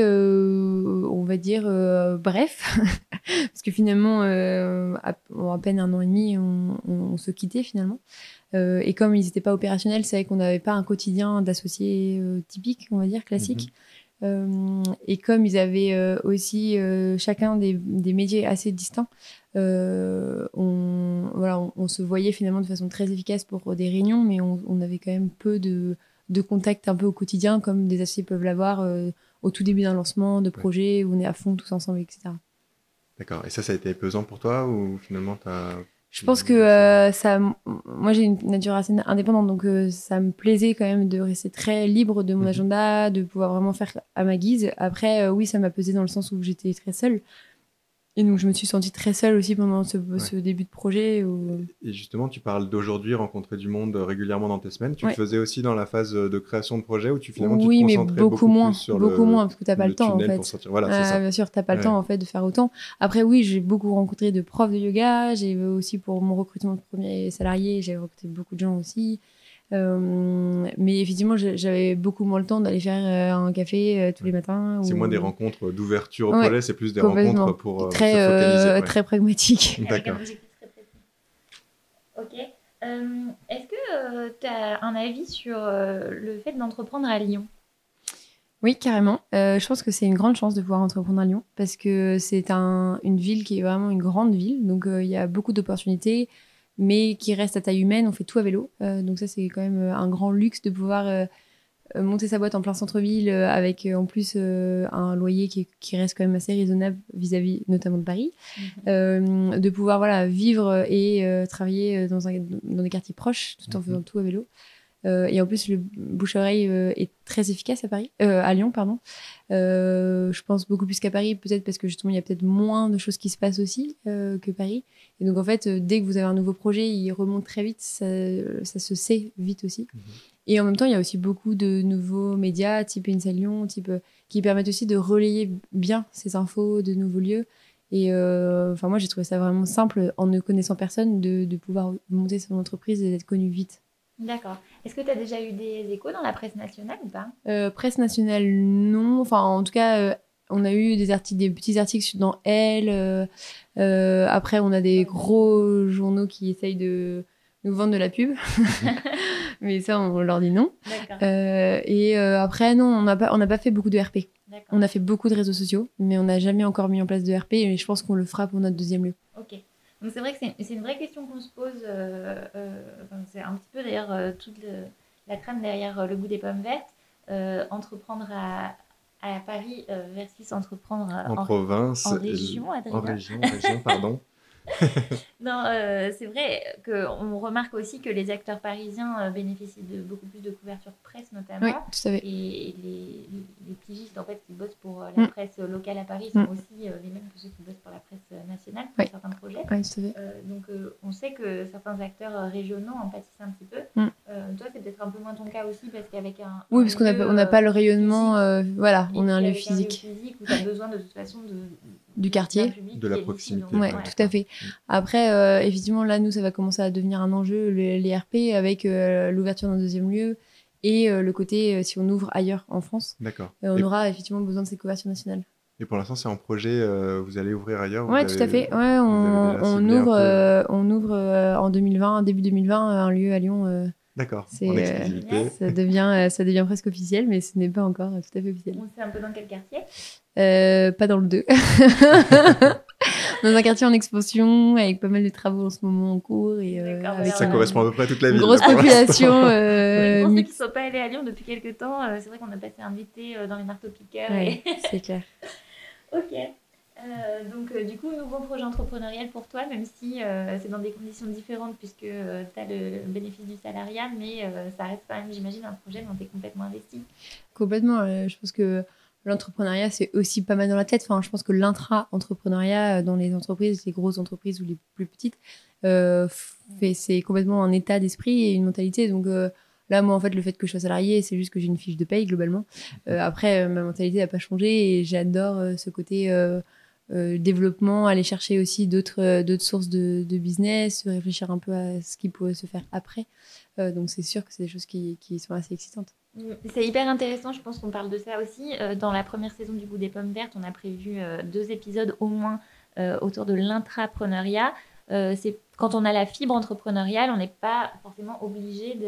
on va dire, bref. Parce que finalement, à peine 1 an et demi, on se quittait finalement. Et comme ils n'étaient pas opérationnels, c'est vrai qu'on n'avait pas un quotidien d'associés typique, on va dire, classique. Et comme ils avaient aussi chacun des métiers assez distincts, on se voyait finalement de façon très efficace pour des réunions, mais on avait quand même peu de contact un peu au quotidien, comme des associés peuvent l'avoir au tout début d'un lancement de projet, où on est à fond tous ensemble, etc. D'accord. Et ça a été pesant pour toi ou finalement Je pense que moi j'ai une nature assez indépendante, donc ça me plaisait quand même de rester très libre de mon agenda, de pouvoir vraiment faire à ma guise. Après, oui, ça m'a pesé dans le sens où j'étais très seule. Et donc, je me suis sentie très seule aussi pendant ce début de projet. Et justement, tu parles d'aujourd'hui, rencontrer du monde régulièrement dans tes semaines. Tu le faisais aussi dans la phase de création de projet où tu te concentrais beaucoup moins, plus sur beaucoup moins, parce que tu n'as pas le temps, en fait. Voilà, c'est ça. Bien sûr, tu n'as pas le temps, en fait, de faire autant. Après, oui, j'ai beaucoup rencontré de profs de yoga. J'ai aussi, pour mon recrutement de premier salarié, j'ai recruté beaucoup de gens aussi. Mais effectivement, j'avais beaucoup moins le temps d'aller faire un café tous les matins. C'est ou... moins des rencontres d'ouverture au Ouais, projet, c'est plus des complètement. rencontres pour se Très, focaliser. Ouais. très pragmatique. Avec un D'accord. objectif très précis. Ok. Est-ce que tu as un avis sur le fait d'entreprendre à Lyon? Oui, carrément. Je pense que c'est une grande chance de pouvoir entreprendre à Lyon parce que c'est une ville qui est vraiment une grande ville. Donc, il y a beaucoup d'opportunités, mais qui reste à taille humaine. On fait tout à vélo. Donc, ça, c'est quand même un grand luxe de pouvoir monter sa boîte en plein centre-ville avec en plus un loyer qui reste quand même assez raisonnable vis-à-vis notamment de Paris. De pouvoir voilà, vivre et travailler dans des quartiers proches tout en faisant tout à vélo. Et en plus, le bouche-oreille est très efficace à Lyon, pardon. Je pense beaucoup plus qu'à Paris, peut-être parce que justement, il y a peut-être moins de choses qui se passent aussi que Paris. Et donc, en fait, dès que vous avez un nouveau projet, il remonte très vite, ça se sait vite aussi. Et en même temps, il y a aussi beaucoup de nouveaux médias, type Inside Lyon, qui permettent aussi de relayer bien ces infos de nouveaux lieux. Et moi, j'ai trouvé ça vraiment simple, en ne connaissant personne, de pouvoir monter son entreprise et d'être connu vite. D'accord. Est-ce que tu as déjà eu des échos dans la presse nationale ou pas? Presse nationale, non. Enfin, en tout cas, on a eu des petits articles dans Elle. Après, on a des gros journaux qui essayent de nous vendre de la pub. Mais ça, on leur dit non. Après, non, on n'a pas fait beaucoup de RP. D'accord. On a fait beaucoup de réseaux sociaux, mais on n'a jamais encore mis en place de RP. Et je pense qu'on le fera pour notre deuxième lieu. Ok. Donc c'est vrai que c'est une vraie question qu'on se pose. C'est un petit peu d'ailleurs toute la trame derrière le goût des pommes vertes. Entreprendre à Paris versus entreprendre En province. en région, En région, pardon. Non, c'est vrai qu'on remarque aussi que les acteurs parisiens bénéficient de beaucoup plus de couverture presse notamment. Oui, tout à fait. Et les pigistes en fait, qui bossent pour la presse locale à Paris sont aussi les mêmes que ceux qui bossent pour la presse nationale pour certains projets. Oui, tout à fait. Donc on sait que certains acteurs régionaux en pâtissent un petit peu. Toi, c'est peut-être un peu moins ton cas aussi parce qu'avec un... Oui, parce qu'on n'a pas le rayonnement. Voilà, on a un lieu avec physique. Un lieu physique où tu as besoin de toute façon du quartier, de la proximité. Ouais, tout à fait. Après, effectivement, là, nous, ça va commencer à devenir un enjeu, les RP, avec l'ouverture d'un deuxième lieu et le côté, si on ouvre ailleurs en France, D'accord. On aura effectivement besoin de ces couvertures nationales. Et pour l'instant, c'est en projet, vous allez ouvrir ailleurs? Oui, tout à fait. Ouais, on ouvre en 2020, début 2020, un lieu à Lyon. D'accord, en exclusivité. Ça devient presque officiel, mais ce n'est pas encore tout à fait officiel. On sait un peu dans quel quartier? Pas dans le 2. Dans un quartier en expansion, avec pas mal de travaux en ce moment en cours. Et, ça correspond à peu près à toute la ville. Une grosse population. Pour ceux qui ne sont pas allés à Lyon depuis quelques temps, c'est vrai qu'on a passé un été dans les marteaux-piqueurs. Ouais, c'est clair. Ok. Donc, du coup, nouveau projet entrepreneurial pour toi, même si c'est dans des conditions différentes puisque tu as le bénéfice du salariat, mais ça reste quand même, j'imagine, un projet dont tu es complètement investi. Complètement. Je pense que l'entrepreneuriat, c'est aussi pas mal dans la tête. Enfin, je pense que l'intra-entrepreneuriat dans les entreprises, les grosses entreprises ou les plus petites, c'est complètement un état d'esprit et une mentalité. Donc là, moi, en fait, le fait que je sois salariée, c'est juste que j'ai une fiche de paye, globalement. Après, ma mentalité n'a pas changé et j'adore ce côté développement, aller chercher aussi d'autres sources de business, réfléchir un peu à ce qui pourrait se faire après. Donc, c'est sûr que c'est des choses qui sont assez excitantes. C'est hyper intéressant, je pense qu'on parle de ça aussi. Dans la première saison du Goût des pommes vertes, on a prévu 2 épisodes au moins autour de l'intrapreneuriat. C'est quand on a la fibre entrepreneuriale, on n'est pas forcément obligé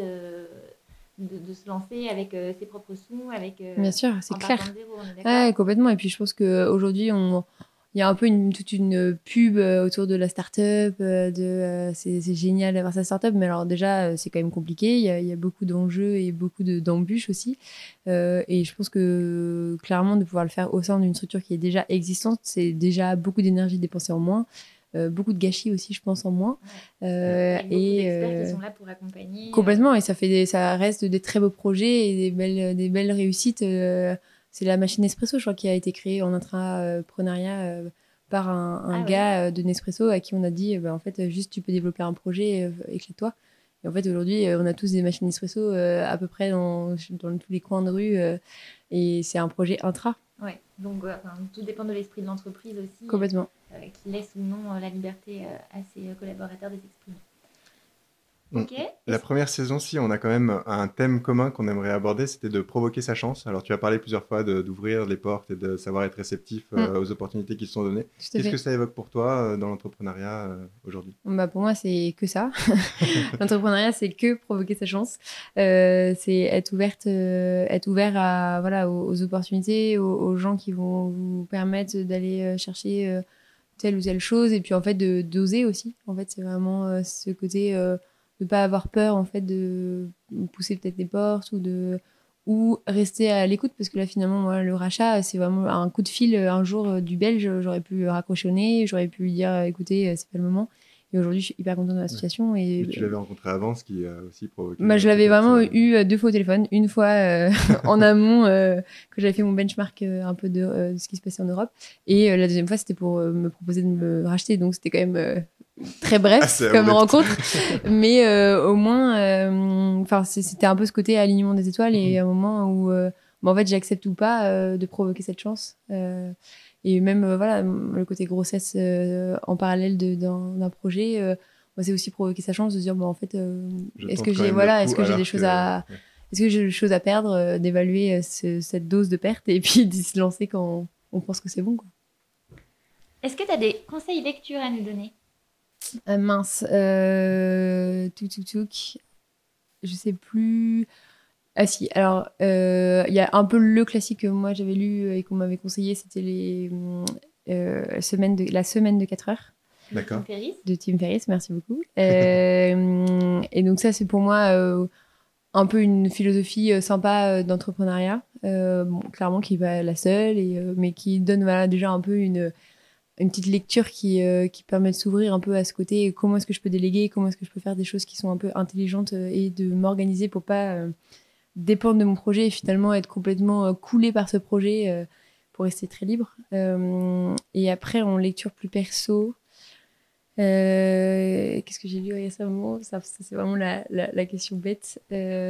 de se lancer avec ses propres sous, avec bien sûr, c'est clair. Ouais, complètement. Et puis je pense qu'aujourd'hui, il y a un peu toute une pub autour de la start-up, c'est génial d'avoir sa start-up, mais alors déjà, c'est quand même compliqué. Il y a beaucoup d'enjeux et beaucoup d'embûches aussi. Et je pense que clairement, de pouvoir le faire au sein d'une structure qui est déjà existante, c'est déjà beaucoup d'énergie dépensée en moins. Beaucoup de gâchis aussi, je pense, en moins. Et beaucoup d'experts qui sont là pour accompagner. Complètement, et ça reste des très beaux projets et des belles réussites. C'est la machine Nespresso, je crois, qui a été créée en intrapreneuriat par un gars de Nespresso à qui on a dit, en fait, juste tu peux développer un projet, éclate-toi. Et en fait, aujourd'hui, on a tous des machines Nespresso à peu près dans tous les coins de rue. Et c'est un projet intra. Oui, donc tout dépend de l'esprit de l'entreprise aussi. Complètement. Qui laisse ou non la liberté à ses collaborateurs de s'exprimer. Ok. La première saison, si, on a quand même un thème commun qu'on aimerait aborder, c'était de provoquer sa chance. Alors, tu as parlé plusieurs fois d'ouvrir les portes et de savoir être réceptif aux opportunités qui se sont données. Tout à Qu'est-ce fait. que ça évoque pour toi dans l'entrepreneuriat aujourd'hui? Bah pour moi, c'est que ça. L'entrepreneuriat, c'est que provoquer sa chance. C'est être ouvert à, voilà, aux opportunités, aux gens qui vont vous permettre d'aller chercher telle ou telle chose. Et puis, en fait, d'oser aussi. En fait, c'est vraiment ce côté de pas avoir peur, en fait, de pousser peut-être des portes ou rester à l'écoute. Parce que là, finalement, moi, le rachat, c'est vraiment un coup de fil un jour du Belge. J'aurais pu raccrocher au nez, j'aurais pu lui dire, écoutez, c'est pas le moment. Et aujourd'hui, je suis hyper contente de la situation. Et tu l'avais rencontré avant, ce qui a aussi provoqué... Bah, je l'avais vraiment eu 2 fois au téléphone. Une fois en amont, que j'avais fait mon benchmark un peu de ce qui se passait en Europe. Et la deuxième fois, c'était pour me proposer de me racheter. Donc, c'était quand même très bref comme rencontre. Mais au moins, c'était un peu ce côté alignement des étoiles. Et un moment où, en fait, j'accepte ou pas de provoquer cette chance. Et même, voilà, le côté grossesse en parallèle d'un projet, c'est aussi provoquer sa chance de se dire, en fait, est-ce que j'ai des choses est-ce que j'ai des choses à perdre, d'évaluer cette dose de perte et puis de se lancer quand on pense que c'est bon, quoi. Est-ce que tu as des conseils lecture à nous donner? Mince. Je sais plus. Ah si, alors, il y a un peu le classique que moi j'avais lu et qu'on m'avait conseillé, c'était la semaine de 4 heures. D'accord. De Tim Ferriss, merci beaucoup. Et donc ça, c'est pour moi un peu une philosophie sympa d'entrepreneuriat. Clairement, qui n'est pas la seule, mais qui donne voilà, déjà un peu une petite lecture qui permet de s'ouvrir un peu à ce côté. Comment est-ce que je peux déléguer? Comment est-ce que je peux faire des choses qui sont un peu intelligentes et de m'organiser pour pas dépendre de mon projet et finalement être complètement coulé par ce projet pour rester très libre. Et après, en lecture plus perso, qu'est-ce que j'ai lu récemment? Ça, c'est vraiment la question bête.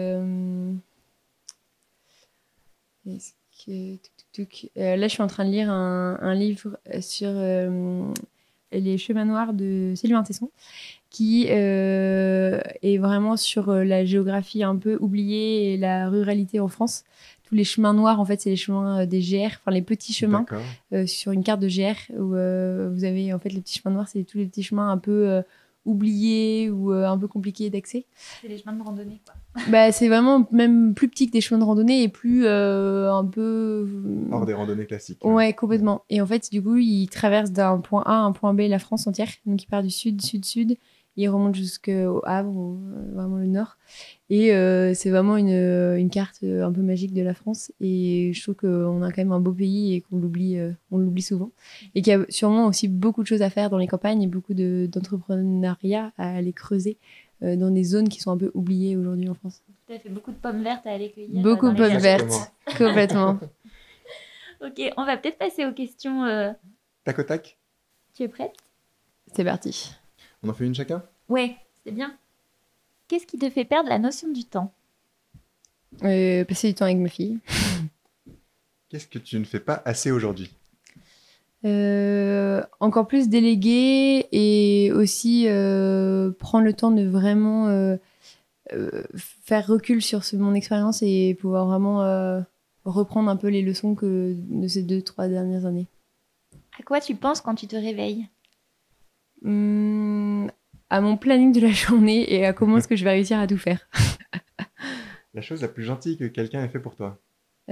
Est-ce que... là, je suis en train de lire un livre sur les chemins noirs de Sylvain Tesson, qui est vraiment sur la géographie un peu oubliée et la ruralité en France. Tous les chemins noirs, en fait, c'est les chemins des GR, enfin les petits chemins sur une carte de GR où vous avez en fait les petits chemins noirs, c'est tous les petits chemins un peu oubliés ou un peu compliqués d'accès. C'est les chemins de randonnée, quoi. Bah, c'est vraiment même plus petit que des chemins de randonnée et plus un peu... hors des randonnées classiques. Ouais, complètement. Et en fait, du coup, il traverse d'un point A à un point B la France entière. Donc, il part du sud, sud-sud. Il remonte jusqu'au Havre, vraiment le nord. Et c'est vraiment une carte un peu magique de la France. Et je trouve qu'on a quand même un beau pays et qu'on l'oublie souvent. Et qu'il y a sûrement aussi beaucoup de choses à faire dans les campagnes et beaucoup d'entrepreneuriat à aller creuser dans des zones qui sont un peu oubliées aujourd'hui en France. Tout à fait, beaucoup de pommes vertes à aller cueillir. Beaucoup de pommes vertes, complètement. Ok, on va peut-être passer aux questions. Tac au tac. Tu es prête? C'est parti. On en fait une chacun? Ouais, c'est bien. Qu'est-ce qui te fait perdre la notion du temps? Passer du temps avec ma fille. Qu'est-ce que tu ne fais pas assez aujourd'hui? Encore plus déléguer et aussi prendre le temps de vraiment faire recul sur mon expérience et pouvoir vraiment reprendre un peu les leçons de ces 2-3 dernières années. À quoi tu penses quand tu te réveilles? À mon planning de la journée et à comment est-ce que je vais réussir à tout faire. La chose la plus gentille que quelqu'un ait fait pour toi?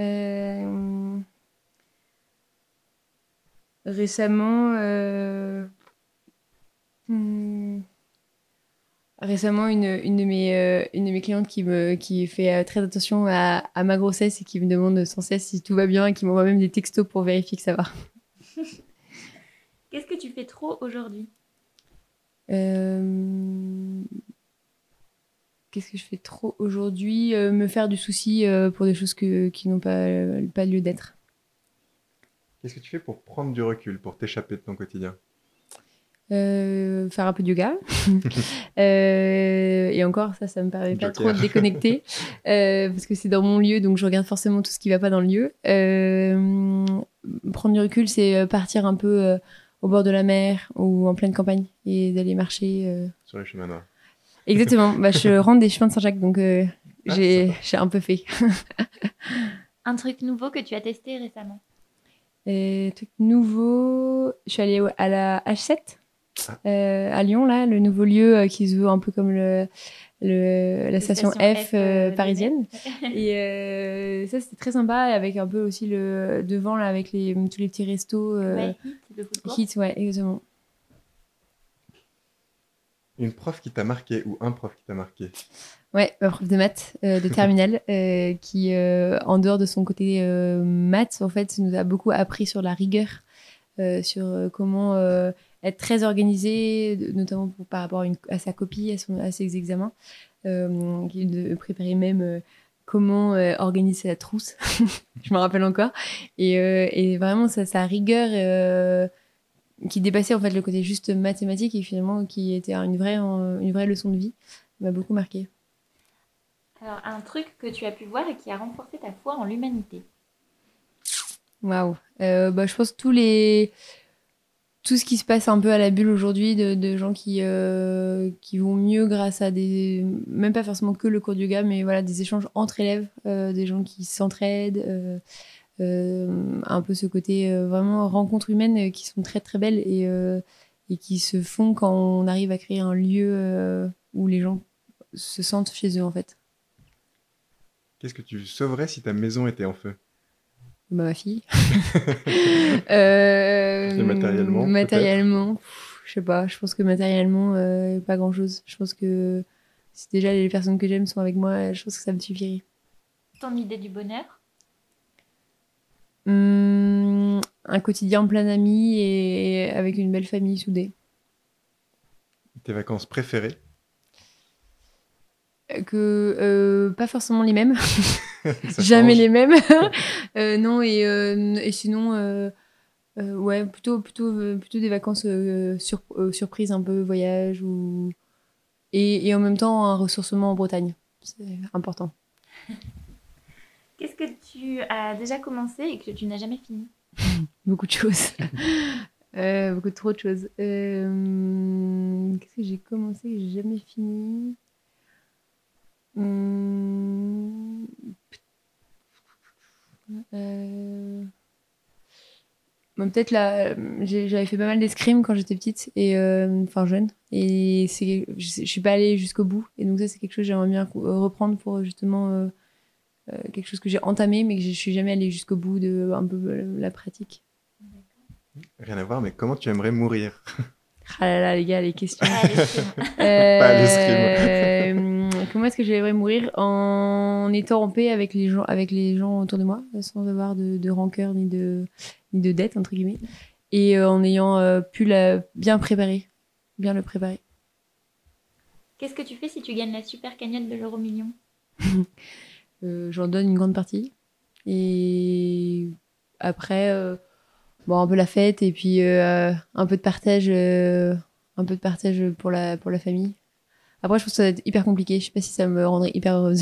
Récemment, une de mes clientes qui fait très attention à ma grossesse et qui me demande sans cesse si tout va bien et qui m'envoie même des textos pour vérifier que ça va. Qu'est-ce que tu fais trop aujourd'hui? Qu'est-ce que je fais trop aujourd'hui? Me faire du souci pour des choses qui n'ont pas lieu d'être. Qu'est-ce que tu fais pour prendre du recul, pour t'échapper de ton quotidien? Faire un peu de yoga. Et encore, ça me permet pas trop de déconnecter. Parce que c'est dans mon lieu, donc je regarde forcément tout ce qui va pas dans le lieu. Prendre du recul, c'est partir un peu au bord de la mer ou en pleine campagne et d'aller marcher. Sur les chemins noirs. Exactement. Je rentre des chemins de Saint-Jacques, donc j'ai un peu fait. Un truc nouveau que tu as testé récemment? Truc nouveau, je suis allée à la H7 à Lyon, là, le nouveau lieu qui se veut un peu comme la station F parisienne. Et ça, c'était très sympa, avec un peu aussi le devant, là, avec tous les petits restos. Hit, ouais, exactement. Une prof qui t'a marqué ou un prof qui t'a marqué? Ouais, ma prof de maths de terminale qui, en dehors de son côté maths, en fait, nous a beaucoup appris sur la rigueur, sur comment être très organisé, notamment par rapport à sa copie, à ses examens, de préparer même comment organiser sa trousse. Je me rappelle encore. Et vraiment, sa rigueur qui dépassait en fait le côté juste mathématique et finalement qui était une vraie leçon de vie, m'a beaucoup marqué. Alors, un truc que tu as pu voir et qui a renforcé ta foi en l'humanité? Waouh. Je pense tout ce qui se passe un peu à la bulle aujourd'hui, de gens qui vont mieux grâce à même pas forcément que le cours de yoga, mais voilà, des échanges entre élèves, des gens qui s'entraident, un peu ce côté vraiment rencontres humaines qui sont très très belles et qui se font quand on arrive à créer un lieu où les gens se sentent chez eux en fait. Qu'est-ce que tu sauverais si ta maison était en feu? Ma fille. Et matériellement, je sais pas, je pense que matériellement, pas grand-chose. Je pense que si déjà les personnes que j'aime sont avec moi, je pense que ça me suffirait. Ton idée du bonheur? Un quotidien plein d'amis et avec une belle famille soudée. Tes vacances préférées? Pas forcément les mêmes. Jamais les mêmes. Non, et sinon, ouais, plutôt des vacances surprises, un peu voyage et en même temps un ressourcement en Bretagne. C'est important. Qu'est-ce que tu as déjà commencé et que tu n'as jamais fini? Beaucoup de choses. Beaucoup trop de choses. Qu'est-ce que j'ai commencé et que j'ai jamais fini? Peut-être là, j'avais fait pas mal d'escrime quand j'étais petite et jeune, et je suis pas allée jusqu'au bout, et donc ça c'est quelque chose que j'aimerais bien reprendre pour justement quelque chose que j'ai entamé mais que je suis jamais allée jusqu'au bout de un peu la pratique. Rien à voir, mais comment tu aimerais mourir? Ah là là les gars, les questions. Pas l'escrime. Comment est-ce que j'aimerais mourir? En étant en paix avec les gens autour de moi, sans avoir de rancœur ni de dette entre guillemets, et en ayant pu bien le préparer. Qu'est-ce que tu fais si tu gagnes la super cagnotte de l'euro-million? J'en donne une grande partie, et après un peu la fête, et puis un peu de partage pour la famille. Après, je pense que ça va être hyper compliqué. Je sais pas si ça me rendrait hyper heureuse.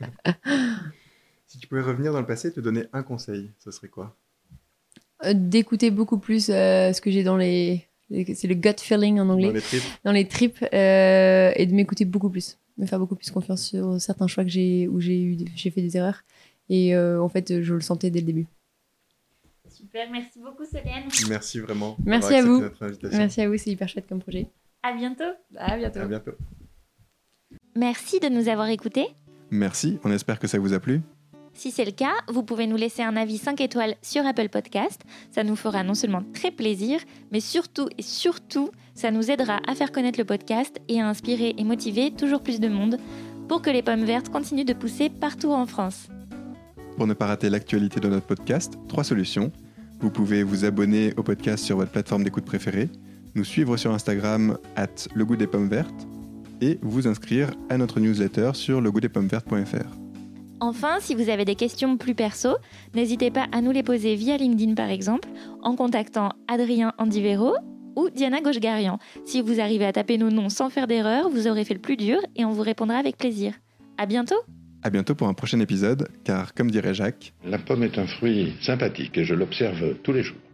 Si tu pouvais revenir dans le passé et te donner un conseil, ce serait quoi? D'écouter beaucoup plus ce que j'ai c'est le gut feeling en anglais. Dans les tripes. Et de m'écouter beaucoup plus. Me faire beaucoup plus confiance sur certains choix où j'ai fait des erreurs. Et en fait, je le sentais dès le début. Super, merci beaucoup Solène. Merci vraiment. Merci à vous. Merci à vous, c'est hyper chouette comme projet. À bientôt. À bientôt. À bientôt. Merci de nous avoir écoutés. Merci, on espère que ça vous a plu. Si c'est le cas, vous pouvez nous laisser un avis 5 étoiles sur Apple Podcast. Ça nous fera non seulement très plaisir, mais surtout, ça nous aidera à faire connaître le podcast et à inspirer et motiver toujours plus de monde pour que les pommes vertes continuent de pousser partout en France. Pour ne pas rater l'actualité de notre podcast, 3 solutions. Vous pouvez vous abonner au podcast sur votre plateforme d'écoute préférée, nous suivre sur Instagram @legoûtdespommes-vertes et vous inscrire à notre newsletter sur legoûtdespommes-vertes.fr. Enfin, si vous avez des questions plus perso, n'hésitez pas à nous les poser via LinkedIn par exemple, en contactant Adrien Andivero ou Diana Gauchegarian. Si vous arrivez à taper nos noms sans faire d'erreur, vous aurez fait le plus dur et on vous répondra avec plaisir. À bientôt! À bientôt pour un prochain épisode, car comme dirait Jacques, la pomme est un fruit sympathique et je l'observe tous les jours.